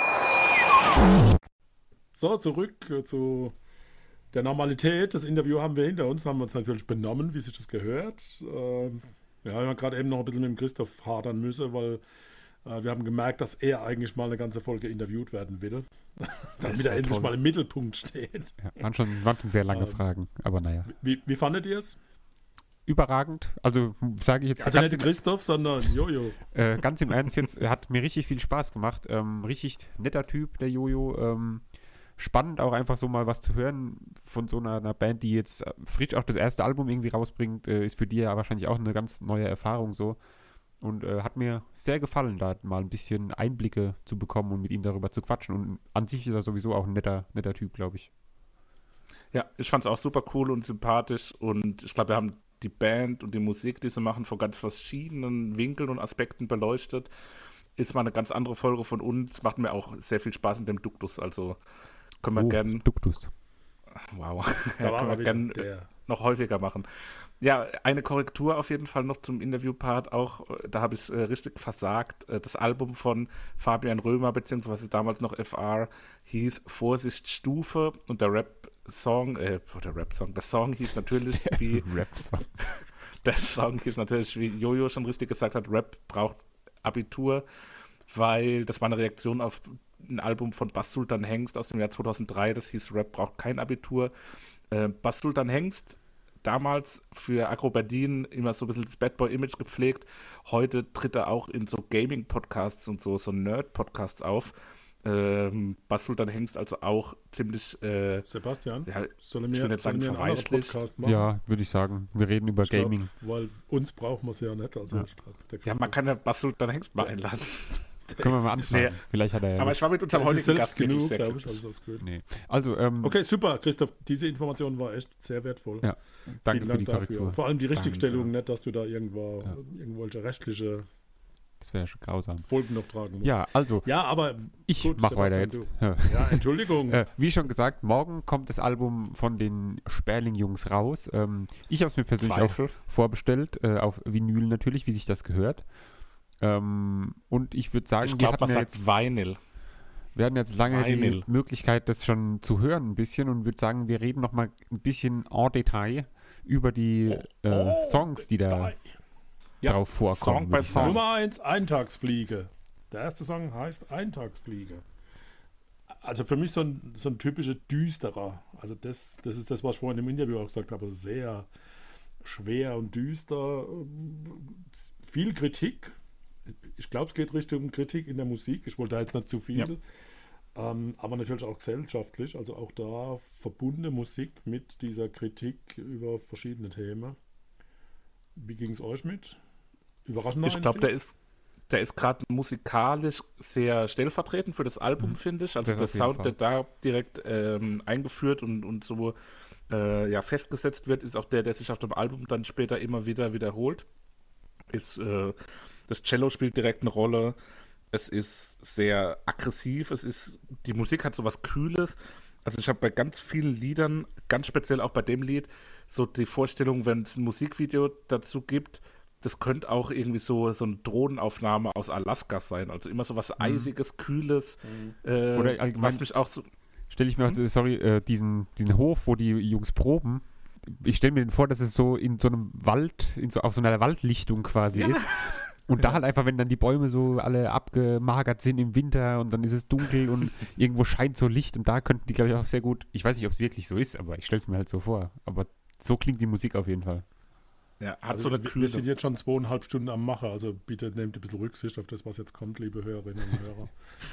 So, zurück zu der Normalität. Das Interview haben wir hinter uns. Haben wir uns natürlich benommen, wie sich das gehört. Ähm Ja, wir haben gerade eben noch ein bisschen mit dem Christoph hadern müssen, weil äh, wir haben gemerkt, dass er eigentlich mal eine ganze Folge interviewt werden will, damit er endlich toll. mal im Mittelpunkt steht. Ja, waren, schon, waren schon sehr lange ähm, Fragen, aber naja. Wie, wie fandet ihr es? Überragend, also sage ich jetzt... Also nicht Christoph, sondern Jojo. Äh, ganz im Ernst jetzt, hat mir richtig viel Spaß gemacht. Ähm, richtig netter Typ, der Jojo. Ähm, spannend auch einfach so mal was zu hören von so einer, einer Band, die jetzt frisch auch das erste Album irgendwie rausbringt, äh, ist für die ja wahrscheinlich auch eine ganz neue Erfahrung so und äh, hat mir sehr gefallen, da mal ein bisschen Einblicke zu bekommen und mit ihm darüber zu quatschen und an sich ist er sowieso auch ein netter, netter Typ, glaube ich. Ja, ich fand es auch super cool und sympathisch und ich glaube, wir haben die Band und die Musik, die sie machen, von ganz verschiedenen Winkeln und Aspekten beleuchtet. Ist mal eine ganz andere Folge von uns, macht mir auch sehr viel Spaß in dem Duktus, also können wir oh, gerne. Duktus. Wow. Da können wir gerne noch häufiger machen. Ja, eine Korrektur auf jeden Fall noch zum Interviewpart auch. Da habe ich äh, richtig versagt. Äh, das Album von Fabian Römer, beziehungsweise damals noch F R, hieß Vorsicht Stufe und der Rap Song, äh, oder Rap-Song, der Song hieß natürlich wie Rap-Song. Der Song hieß natürlich, wie Jojo schon richtig gesagt hat, Rap braucht Abitur, weil das war eine Reaktion auf ein Album von Bass Sultan Hengst aus dem Jahr zweitausenddrei, das hieß Rap braucht kein Abitur. Äh, Bass Sultan Hengst, damals für Agro Berlin immer so ein bisschen das Bad Boy-Image gepflegt, heute tritt er auch in so Gaming-Podcasts und so, so Nerd-Podcasts auf. Ähm, Bass Sultan Hengst also auch ziemlich, äh, Sebastian, ja, sollen ich wir, will nicht sagen sollen wir einen anderen verweichlicht. Podcast machen? Ja, würde ich sagen. Wir reden über Ich glaub, Gaming. weil uns braucht man es ja nicht. Also Ja. ich glaub, der Ja, man Christoph- kann ja Bass Sultan Hengst mal einladen. Können wir mal anfangen. Nee. Vielleicht hat er ja. Aber ich war mit unserem der ist heutigen selbst Gast wirklich genug, sehr glaube ich. glücklich. Also das ist gut. Nee. Also, ähm, Okay, super, Christoph. Diese Information war echt sehr wertvoll. Ja, danke Vielen für die Dank Korrektur. dafür. Vor allem die Richtigstellung, Danke. nicht, dass du da irgendwo Ja. irgendwelche rechtliche Das wäre ja schon grausam. Folgen noch tragen musst. Ja, also, Ja, aber ich gut, mach weiter jetzt. Sebastian, Ja. du- Ja, Entschuldigung. Äh, wie schon gesagt, morgen kommt das Album von den Sperling-Jungs raus. Ähm, ich habe es mir persönlich Zweifel. auch vorbestellt, äh, auf Vinyl natürlich, wie sich das gehört. Ähm, und ich würde sagen, Ich wir, glaube, hatten man ja sagt jetzt, Vinyl. wir hatten jetzt lange Vinyl. die Möglichkeit, das schon zu hören ein bisschen und würde sagen, wir reden nochmal ein bisschen en Detail über die äh, Songs, die da Ja, drauf vorkommen. Song würd by ich Song. sagen. Nummer eins, Eintagsfliege. Der erste Song heißt Eintagsfliege. Also für mich so ein, so ein typischer Düsterer. Also das, das ist das, was ich vorhin im Interview auch gesagt habe. Sehr schwer und düster. Viel Kritik. Ich glaube, es geht Richtung Kritik in der Musik. Ich wollte da jetzt nicht zu viel. Ja. Ähm, aber natürlich auch gesellschaftlich. Also auch da verbundene Musik mit dieser Kritik über verschiedene Themen. Wie ging es euch mit? Überraschender Ich glaube, der Einstieg? ist, der ist gerade musikalisch sehr stellvertretend für das Album, finde ich. Also Das der auf jeden Sound, Fall. der da direkt ähm, eingeführt und, und so äh, ja, festgesetzt wird, ist auch der, der sich auf dem Album dann später immer wieder wiederholt. Ist, äh, das Cello spielt direkt eine Rolle. Es ist sehr aggressiv. Es ist, die Musik hat so was Kühles. Also ich habe bei ganz vielen Liedern, ganz speziell auch bei dem Lied, so die Vorstellung, wenn es ein Musikvideo dazu gibt, das könnte auch irgendwie so, so eine Drohnenaufnahme aus Alaska sein. Also immer so was Eisiges, Kühles. Äh, Oder allgemein- was mich auch so. Stelle ich mir, Hm? auch, sorry, äh, diesen, diesen Hof, wo die Jungs proben, ich stelle mir den vor, dass es so in so einem Wald, in so, auf so einer Waldlichtung quasi ist. Und da halt einfach, wenn dann die Bäume so alle abgemagert sind im Winter und dann ist es dunkel und irgendwo scheint so Licht und da könnten die, glaube ich, auch sehr gut, ich weiß nicht, ob es wirklich so ist, aber ich stelle es mir halt so vor. Aber so klingt die Musik auf jeden Fall. Ja, hat Also so eine wir, wir Kühle. sind jetzt schon zweieinhalb Stunden am Macher, also bitte nehmt ein bisschen Rücksicht auf das, was jetzt kommt, liebe Hörerinnen und Hörer.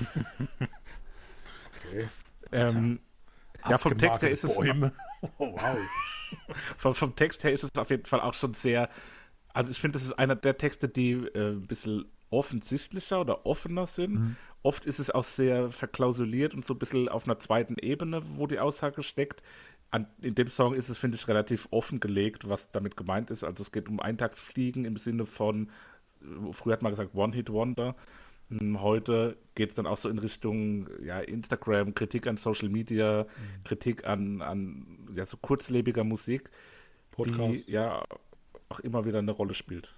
Okay. Ähm, ja, vom Text her ist es. Bäume. Oh, wow. Vom, vom Text her ist es auf jeden Fall auch schon sehr. Also ich finde, das ist einer der Texte, die äh, ein bisschen offensichtlicher oder offener sind. Mhm. Oft ist es auch sehr verklausuliert und so ein bisschen auf einer zweiten Ebene, wo die Aussage steckt. An, in dem Song ist es, finde ich, relativ offengelegt, was damit gemeint ist. Also es geht um Eintagsfliegen im Sinne von, äh, früher hat man gesagt One-Hit-Wonder. Hm, Heute geht es dann auch so in Richtung ja, Instagram, Kritik an Social Media, Mhm. Kritik an, an ja, so kurzlebiger Musik, Podcast. die ja auch immer wieder eine Rolle spielt.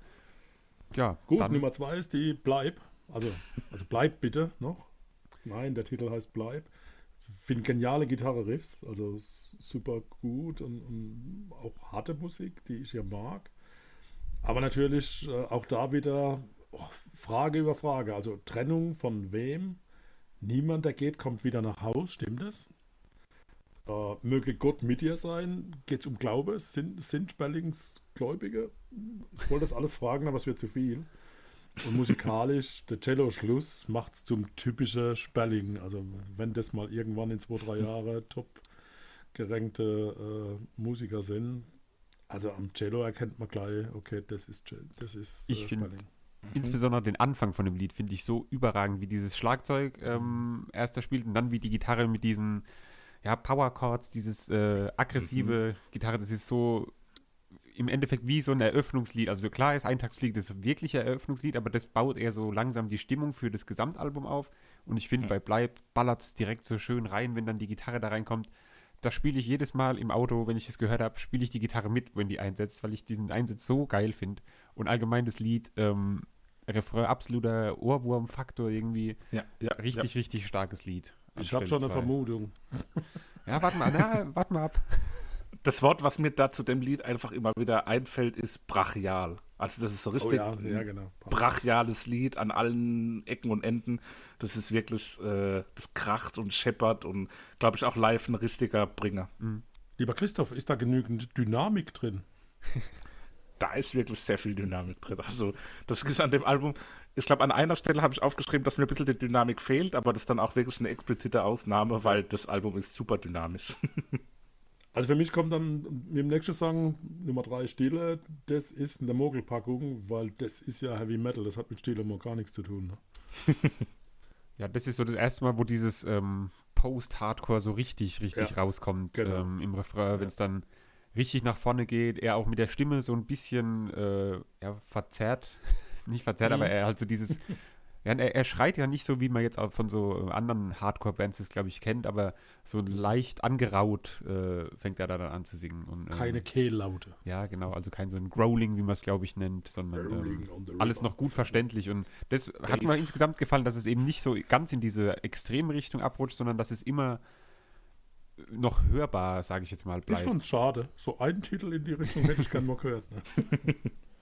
Ja, Gut, dann, Nummer zwei ist die Bleib. Also, also Bleib bitte noch. Nein, der Titel heißt Bleib. Ich finde geniale Gitarre-Riffs, also s- super gut und, und auch harte Musik, die ich ja mag. Aber natürlich äh, auch da wieder oh, Frage über Frage. Also Trennung von wem? Niemand, der geht, kommt wieder nach Haus. Stimmt das? Äh, möge Gott mit dir sein? Geht es um Glaube? Sind, sind Sperlings Gläubige? Ich wollte das alles fragen, aber es wird zu viel. Und musikalisch, der Cello-Schluss macht es zum typischen Sperling. Also wenn das mal irgendwann in zwei, drei Jahre top gerenkte äh, Musiker sind, also am Cello erkennt man gleich, okay, das ist, Ce- das ist äh, Ich find- Sperling. insbesondere den Anfang von dem Lied finde ich so überragend, wie dieses Schlagzeug ähm, erst da spielt und dann wie die Gitarre mit diesen ja, Power Chords, dieses äh, aggressive Gitarre, das ist so im Endeffekt wie so ein Eröffnungslied. Also klar ist Eintagsfliege das wirkliche Eröffnungslied, aber das baut eher so langsam die Stimmung für das Gesamtalbum auf. Und ich finde, bei Bleib ballert es direkt so schön rein, wenn dann die Gitarre da reinkommt. Da spiele ich jedes Mal im Auto, wenn ich es gehört habe, spiele ich die Gitarre mit, wenn die einsetzt, weil ich diesen Einsatz so geil finde. Und allgemein das Lied, ähm, Refrain, absoluter Ohrwurmfaktor irgendwie. Ja, ja, Richtig, richtig starkes Lied. Ich habe schon eine zwei. Vermutung. Ja, warte mal, na, warte mal ab. Das Wort, was mir da zu dem Lied einfach immer wieder einfällt, ist brachial. Also das ist so richtig oh ja, ja, genau. brachiales Lied an allen Ecken und Enden. Das ist wirklich, äh, das kracht und scheppert und, glaube ich, auch live ein richtiger Bringer. Mhm. Lieber Christoph, ist da genügend Dynamik drin? Da ist wirklich sehr viel Dynamik drin. Also das ist an dem Album, ich glaube, an einer Stelle habe ich aufgeschrieben, dass mir ein bisschen die Dynamik fehlt, aber das ist dann auch wirklich eine explizite Ausnahme, weil das Album ist super dynamisch. Also für mich kommt dann mit dem nächsten Song Nummer drei Stille, das ist in der Mogelpackung, weil das ist ja Heavy Metal, das hat mit Stille mal gar nichts zu tun. Ne? Ja, das ist so das erste Mal, wo dieses ähm, Post-Hardcore so richtig, richtig ja, rauskommt genau. ähm, im Refrain, ja. wenn es dann richtig nach vorne geht, er auch mit der Stimme so ein bisschen äh, ja, verzerrt, nicht verzerrt, mhm. aber er halt so dieses, ja, er, er schreit ja nicht so, wie man jetzt auch von so anderen Hardcore-Bands das, glaube ich, kennt, aber so leicht angeraut äh, fängt er da dann an zu singen. Und, ähm, keine Kehllaute. Ja, genau, also kein so ein Growling, wie man es, glaube ich, nennt, sondern ähm, alles noch gut verständlich. Und das Dave. Hat mir insgesamt gefallen, dass es eben nicht so ganz in diese Extremrichtung abrutscht, sondern dass es immer noch hörbar, sage ich jetzt mal, bleibt. Ich fand's schade. So einen Titel in die Richtung hätte ich gern mal gehört. Ne?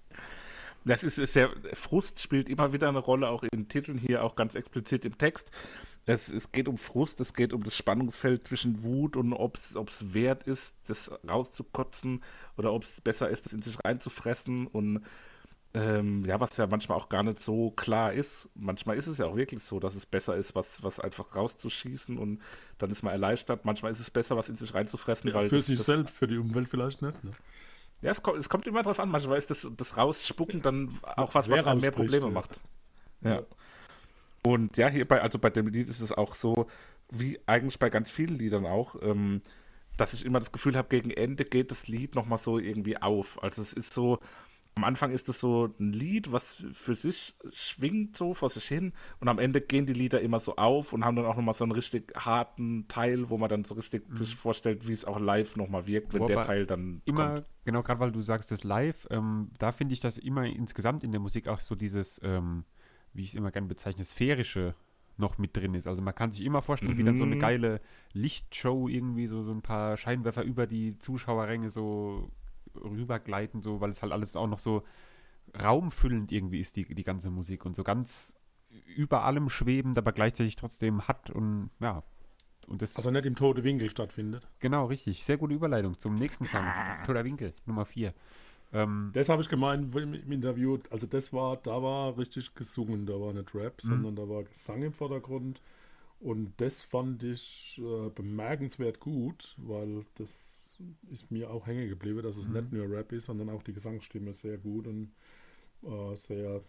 Das ist, ist ja, Frust spielt immer wieder eine Rolle, auch in Titeln hier, auch ganz explizit im Text. Es, es geht um Frust, es geht um das Spannungsfeld zwischen Wut und ob es wert ist, das rauszukotzen oder ob es besser ist, das in sich reinzufressen und ähm, ja, was ja manchmal auch gar nicht so klar ist. Manchmal ist es ja auch wirklich so, dass es besser ist, was, was einfach rauszuschießen und dann ist man erleichtert. Manchmal ist es besser, was in sich reinzufressen. Ja, weil für das, sich das, selbst, für die Umwelt vielleicht nicht. Ne? Ja, es kommt, es kommt immer drauf an. Manchmal ist das, das Rausspucken dann auch was, was einem mehr Probleme ja. macht. Ja. ja. Und ja, hier bei, also bei dem Lied ist es auch so, wie eigentlich bei ganz vielen Liedern auch, ähm, dass ich immer das Gefühl habe, gegen Ende geht das Lied nochmal so irgendwie auf. Also es ist so, am Anfang ist es so ein Lied, was für sich schwingt so vor sich hin und am Ende gehen die Lieder immer so auf und haben dann auch nochmal so einen richtig harten Teil, wo man dann so richtig mhm. sich vorstellt, wie es auch live nochmal wirkt, wenn Wobei der Teil dann immer, kommt. Genau, gerade weil du sagst, das live, ähm, da finde ich das immer insgesamt in der Musik auch so dieses, ähm, wie ich es immer gerne bezeichne, sphärische noch mit drin ist. Also man kann sich immer vorstellen, mhm. wie dann so eine geile Lichtshow irgendwie, so, so ein paar Scheinwerfer über die Zuschauerränge so rübergleiten, so, weil es halt alles auch noch so raumfüllend irgendwie ist, die, die ganze Musik und so ganz über allem schwebend, aber gleichzeitig trotzdem hat und ja. Und das also nicht im toten Winkel stattfindet. Genau, richtig. Sehr gute Überleitung zum nächsten Song. Toter Winkel, Nummer vier. Ähm, das habe ich gemeint im, im Interview, also das war, da war richtig gesungen, da war nicht Rap, mhm. sondern da war Gesang im Vordergrund und das fand ich äh, bemerkenswert gut, weil das ist mir auch hängen geblieben, dass es mhm. nicht nur Rap ist, sondern auch die Gesangsstimme sehr gut und äh, sehr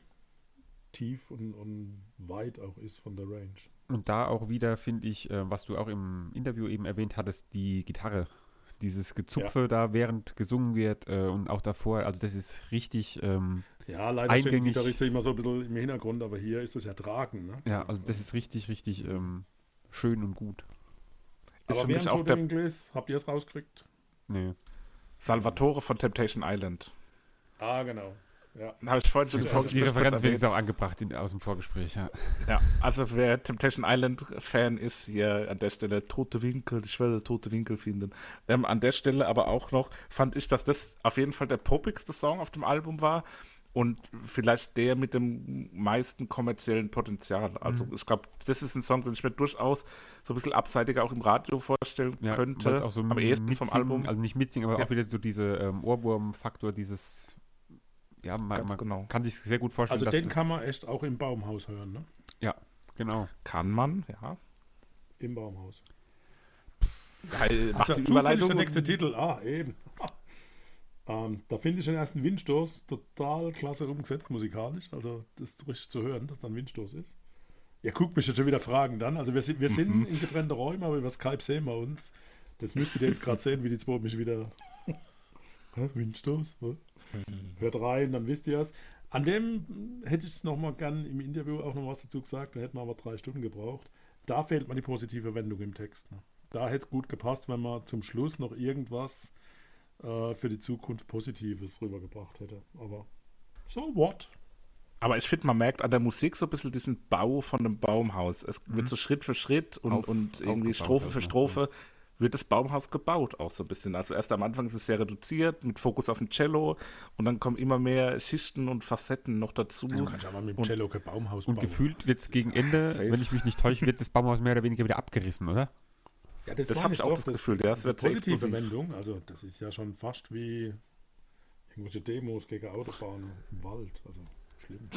tief und, und weit auch ist von der Range. Und da auch wieder, finde ich, äh, was du auch im Interview eben erwähnt hattest, die Gitarre. Dieses Gezupfe ja. da, während gesungen wird äh, und auch davor, also das ist richtig ähm, ja, leider eingängig. Stehen die Gitarristen immer so ein bisschen im Hintergrund, aber hier ist es ja tragen. Ne? Ja, also das ist richtig, richtig ähm, schön und gut. Ist aber während Toter Winkel ist, habt ihr es rausgekriegt? Nee. Salvatore von Temptation Island. Ah, genau. Ja. Habe ich vorhin schon also die Referenz wird auch angebracht in, aus dem Vorgespräch, ja. Ja, also wer Temptation Island-Fan ist, hier an der Stelle Tote Winkel, ich werde Tote Winkel finden. Ähm, an der Stelle aber auch noch fand ich, dass das auf jeden Fall der popigste Song auf dem Album war und vielleicht der mit dem meisten kommerziellen Potenzial. Also mhm. ich glaube, das ist ein Song, den ich mir durchaus so ein bisschen abseitiger auch im Radio vorstellen ja, könnte. Auch so am ehesten vom Album. Also nicht mitsingen, aber ja. auch wieder so diese ähm, Ohrwurm-Faktor, dieses ja, man, man genau. kann sich sehr gut vorstellen, also dass den das kann man echt auch im Baumhaus hören, ne? Ja, genau. Kann man, ja. Im Baumhaus. Weil, macht Ach, die Überleitung. Der nächste Titel, ah, eben. ähm, da finde ich den ersten Windstoß total klasse umgesetzt, musikalisch. Also das ist richtig zu hören, dass da ein Windstoß ist. Ihr guckt mich jetzt schon wieder Fragen dann. Also wir sind, wir sind mhm. in getrennten Räumen, aber über Skype sehen wir uns. Das müsstet ihr jetzt gerade sehen, wie die zwei mich wieder... Windstoß, was? Mhm. Hört rein, dann wisst ihr es. An dem hätte ich noch mal gern im Interview auch noch was dazu gesagt, da hätten wir aber drei Stunden gebraucht. Da fehlt mir die positive Wendung im Text. Ne? Da hätte es gut gepasst, wenn man zum Schluss noch irgendwas äh, für die Zukunft Positives rübergebracht hätte. Aber so what? Aber ich finde, man merkt an der Musik so ein bisschen diesen Bau von einem Baumhaus. Es mhm. wird so Schritt für Schritt und, Auf, und irgendwie Strophe für Strophe ja. wird das Baumhaus gebaut auch so ein bisschen. Also erst am Anfang ist es sehr reduziert, mit Fokus auf den Cello und dann kommen immer mehr Schichten und Facetten noch dazu. Du kannst ja mal mit dem Cello kein Baumhaus bauen. Und gefühlt wird es gegen Ende, ja, wenn ich mich nicht täusche, wird das Baumhaus mehr oder weniger wieder abgerissen, oder? Ja, das, das habe ich auch das, das Gefühl. Ja, das wird positive explosiv. Wendung. Also das ist ja schon fast wie irgendwelche Demos gegen Autobahnen im Wald. Also schlimm.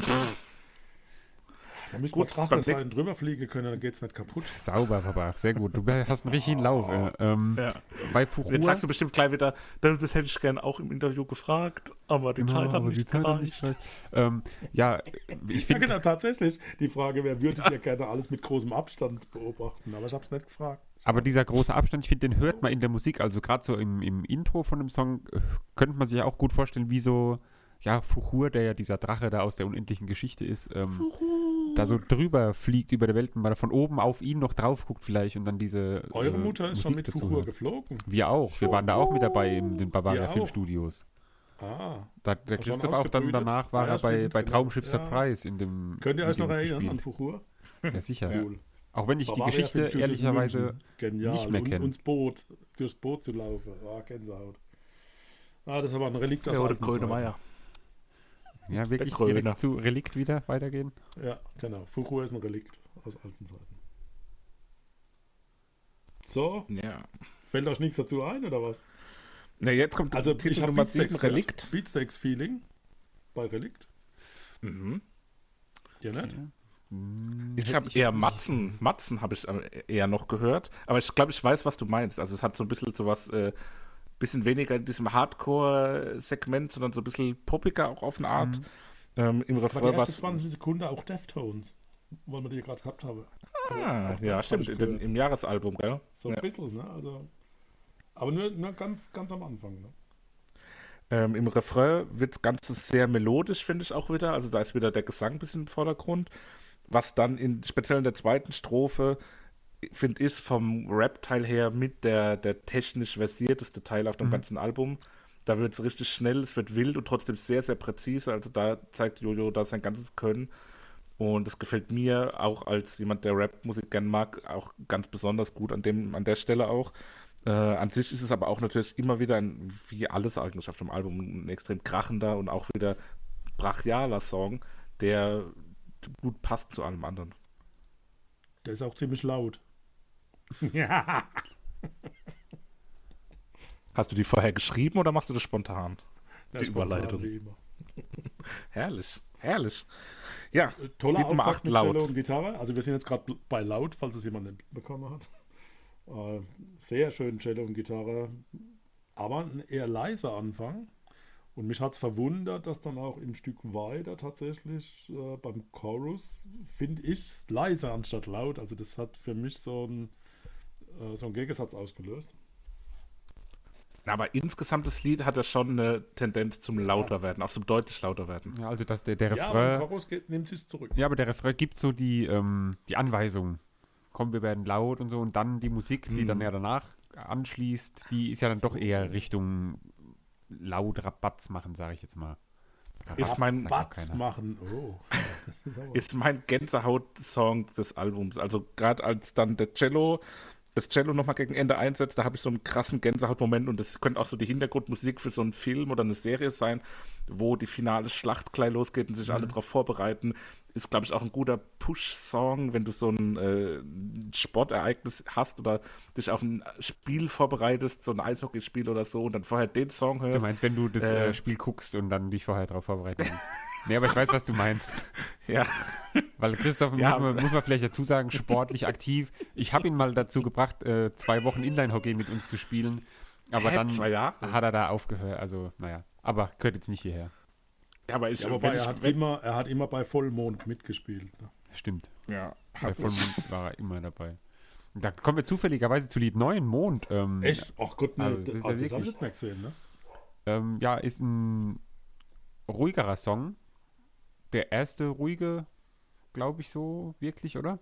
Da müssen wir Drache sein, drüber fliegen können, dann geht es nicht kaputt. Sauber, Papa, sehr gut. Du hast einen richtigen Lauf. Äh, ähm, ja. Bei Fuchur. Jetzt sagst du bestimmt gleich wieder, das, das hätte ich gerne auch im Interview gefragt, aber die genau, Zeit hat nicht gereicht. Ähm, ja, ich finde... Ja, genau, tatsächlich. Die Frage wäre, würdet ihr gerne alles mit großem Abstand beobachten, aber ich habe es nicht gefragt. Aber dieser große Abstand, ich finde, den hört man in der Musik, also gerade so im, im Intro von dem Song, könnte man sich ja auch gut vorstellen, wie so, ja, Fuchur, der ja dieser Drache da aus der unendlichen Geschichte ist, ähm, da so drüber fliegt über der Welt und man von oben auf ihn noch drauf guckt vielleicht und dann diese Eure Mutter äh, ist schon mit Fuchur hört. geflogen? Wir auch, wir waren da auch mit dabei in den Bavaria Filmstudios. Ah. Da, der Christoph auch dann danach war ah, ja, er bei, stimmt, bei Traumschiff genau. Surprise in dem Könnt ihr euch noch erinnern gespielt. An Fuchur? Ja, sicher. Cool. Auch wenn ich Bavaria die Geschichte ehrlicherweise nicht mehr kenne. Und, und Boot, durchs Boot zu laufen. Ah, Gänsehaut. Ah, das ist aber ein Relikt aus ja, oder Grönemeyer. Ja, wirklich direkt zu Relikt wieder weitergehen? Ja, genau. Fuchur ist ein Relikt aus alten Zeiten. So. Ja. Fällt euch nichts dazu ein, oder was? Na, jetzt kommt also Titel ich habe Nummer sieben, Relikt. Beatsteaks-Feeling bei Relikt. Mhm. Ihr nicht? Okay. Ich habe eher Matzen, Matzen habe ich eher noch gehört, aber ich glaube, ich weiß, was du meinst. Also es hat so ein bisschen sowas, äh, bisschen weniger in diesem Hardcore-Segment, sondern so ein bisschen poppiger auch auf eine Art. Mhm. Ähm, Im Refrain war die erste zwanzig Sekunden auch Deftones, weil wir die gerade gehabt haben. Ah, also ja, stimmt, in, im Jahresalbum, gell? So ein ja. bisschen, ne? Also, aber nur, nur ganz, ganz am Anfang, ne? Ähm, Im Refrain wird das Ganze sehr melodisch, finde ich auch wieder. Also da ist wieder der Gesang ein bisschen im Vordergrund. Was dann in, speziell in der zweiten Strophe, finde ich, vom Rap-Teil her mit der, der technisch versierteste Teil auf dem mhm. ganzen Album. Da wird es richtig schnell, es wird wild und trotzdem sehr, sehr präzise. Also da zeigt Jojo da sein ganzes Können. Und das gefällt mir auch als jemand, der Rap-Musik gern mag, auch ganz besonders gut an, dem, an der Stelle auch. Äh, an sich ist es aber auch natürlich immer wieder, ein, wie alles eigentlich auf dem Album, ein extrem krachender und auch wieder brachialer Song, der gut passt zu allem anderen. Der ist auch ziemlich laut. Ja. Hast du die vorher geschrieben oder machst du das spontan? Ja, die spontan Überleitung. Wie immer. Herrlich, herrlich. Ja, toller Auftrag mit laut. Cello und Gitarre. Also wir sind jetzt gerade bei laut, falls es jemand nicht bekommen hat. Äh, sehr schön Cello und Gitarre, aber ein eher leiser Anfang. Und mich hat es verwundert, dass dann auch ein Stück weiter tatsächlich äh, beim Chorus, finde ich, leiser anstatt laut. Also das hat für mich so ein äh, so einen Gegensatz ausgelöst. Aber insgesamt das Lied hat ja schon eine Tendenz zum lauter werden, auch zum deutlich lauter werden. Ja, also dass der, der ja, Refrain... aber der Chorus geht, nimmt sich zurück. Ja, aber der Refrain gibt so die, ähm, die Anweisung. Komm, wir werden laut und so. Und dann die Musik, die hm. dann ja danach anschließt, die ist ja dann so doch eher Richtung laut Rabatz machen, sage ich jetzt mal. Rabatz, ist mein Rabatz machen, oh. Das ist, ist mein Gänsehaut-Song des Albums. Also gerade als dann der Cello, das Cello nochmal gegen Ende einsetzt, da habe ich so einen krassen Gänsehaut-Moment und das könnte auch so die Hintergrundmusik für so einen Film oder eine Serie sein, wo die finale Schlacht gleich losgeht und sich mhm. alle darauf vorbereiten. Ist, glaube ich, auch ein guter Push-Song, wenn du so ein äh, Sportereignis hast oder dich auf ein Spiel vorbereitest, so ein Eishockeyspiel oder so und dann vorher den Song hörst. Du meinst, wenn du das äh, äh, Spiel guckst und dann dich vorher darauf vorbereiten willst. Nee, aber ich weiß, was du meinst. Ja. Weil Christoph, ja, muss, man, muss man vielleicht dazu sagen, sportlich aktiv. Ich habe ihn mal dazu gebracht, äh, zwei Wochen Inline-Hockey mit uns zu spielen. Aber Hä, dann zwei Jahre? hat er da aufgehört. Also, naja. Aber gehört jetzt nicht hierher. Ja, aber ich, ja, wobei, er, hat ich, immer, er hat immer bei Vollmond mitgespielt. Ne? Stimmt. Ja. Bei Vollmond war er immer dabei. Da kommen wir zufälligerweise zu Lied neun, Mond. Ähm, Echt? Ach Gott, ne, also, das, das, ja das habe ich jetzt nicht gesehen, ne? Ähm, ja, ist ein ruhigerer Song. Der erste ruhige, glaube ich so, wirklich, oder?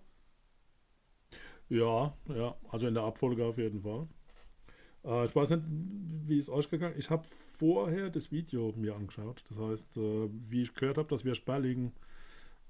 Ja, ja, also in der Abfolge auf jeden Fall. Äh, ich weiß nicht, wie es euch gegangen ist. Ich habe vorher das Video mir angeschaut. Das heißt, äh, wie ich gehört habe, dass wir Sperling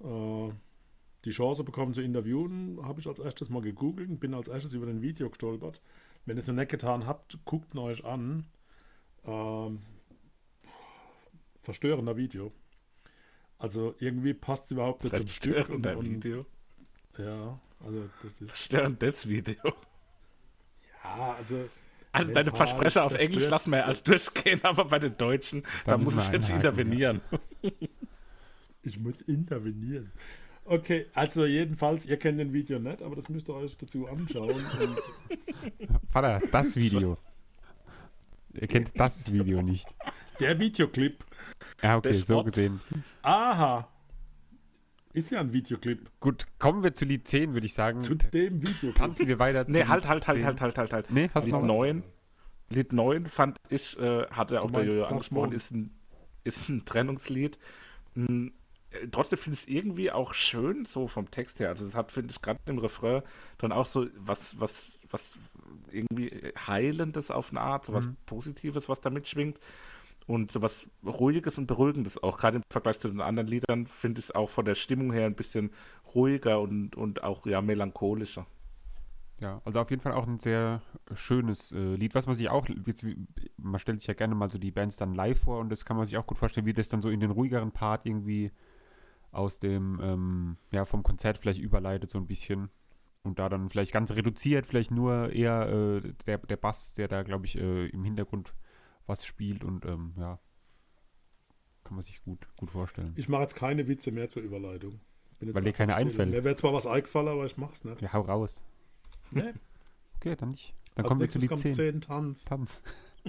äh, die Chance bekommen zu interviewen, habe ich als erstes mal gegoogelt und bin als erstes über den Video gestolpert. Wenn ihr es noch nicht getan habt, guckt ihn euch an. Ähm, verstörender Video. Also irgendwie passt es überhaupt nicht zum Stück. Und, und, Video. Ja, also das ist... Verstörendes Video. Ja, also... Also deine Versprecher auf Englisch lassen wir ja als durchgehen, aber bei den Deutschen, da, da muss ich jetzt intervenieren. Ja. Ich muss intervenieren. Okay, also jedenfalls, ihr kennt den Video nicht, aber das müsst ihr euch dazu anschauen. Vater, das Video. Ihr kennt das Video nicht. Der Videoclip. Ja, okay, so gesehen. Aha. Ist ja ein Videoclip. Gut, kommen wir zu Lied zehn, würde ich sagen. Zu dem Videoclip. Tanzen wir weiter zu Nee, halt, halt, halt, halt, halt, halt, halt. Nee, hast Lied du noch neun. Lied neun fand ich, äh, hatte auch der Jojo angesprochen, Mond. ist ein, ist ein Trennungslied. Hm, äh, trotzdem finde ich es irgendwie auch schön, so vom Text her. Also es hat, finde ich, gerade im Refrain dann auch so was, was, was irgendwie Heilendes auf eine Art, so was Mhm. Positives, was da mitschwingt. Und so was Ruhiges und Beruhigendes auch. Gerade im Vergleich zu den anderen Liedern finde ich es auch von der Stimmung her ein bisschen ruhiger und, und auch ja melancholischer. Ja, also auf jeden Fall auch ein sehr schönes äh, Lied, was man sich auch, jetzt, man stellt sich ja gerne mal so die Bands dann live vor und das kann man sich auch gut vorstellen, wie das dann so in den ruhigeren Part irgendwie aus dem, ähm, ja, vom Konzert vielleicht überleitet so ein bisschen und da dann vielleicht ganz reduziert, vielleicht nur eher äh, der, der Bass, der da, glaube ich, äh, im Hintergrund was spielt und ähm, ja, kann man sich gut, gut vorstellen. Ich mache jetzt keine Witze mehr zur Überleitung. Bin jetzt Weil dir keine still. einfällt. Mir wäre zwar was eingefallen, aber ich mach's nicht. Ja, hau raus. Nee. Okay, dann nicht. Dann Als kommen wir zu nächstes Lied kommt zehn. zehn Tanz. Tanz.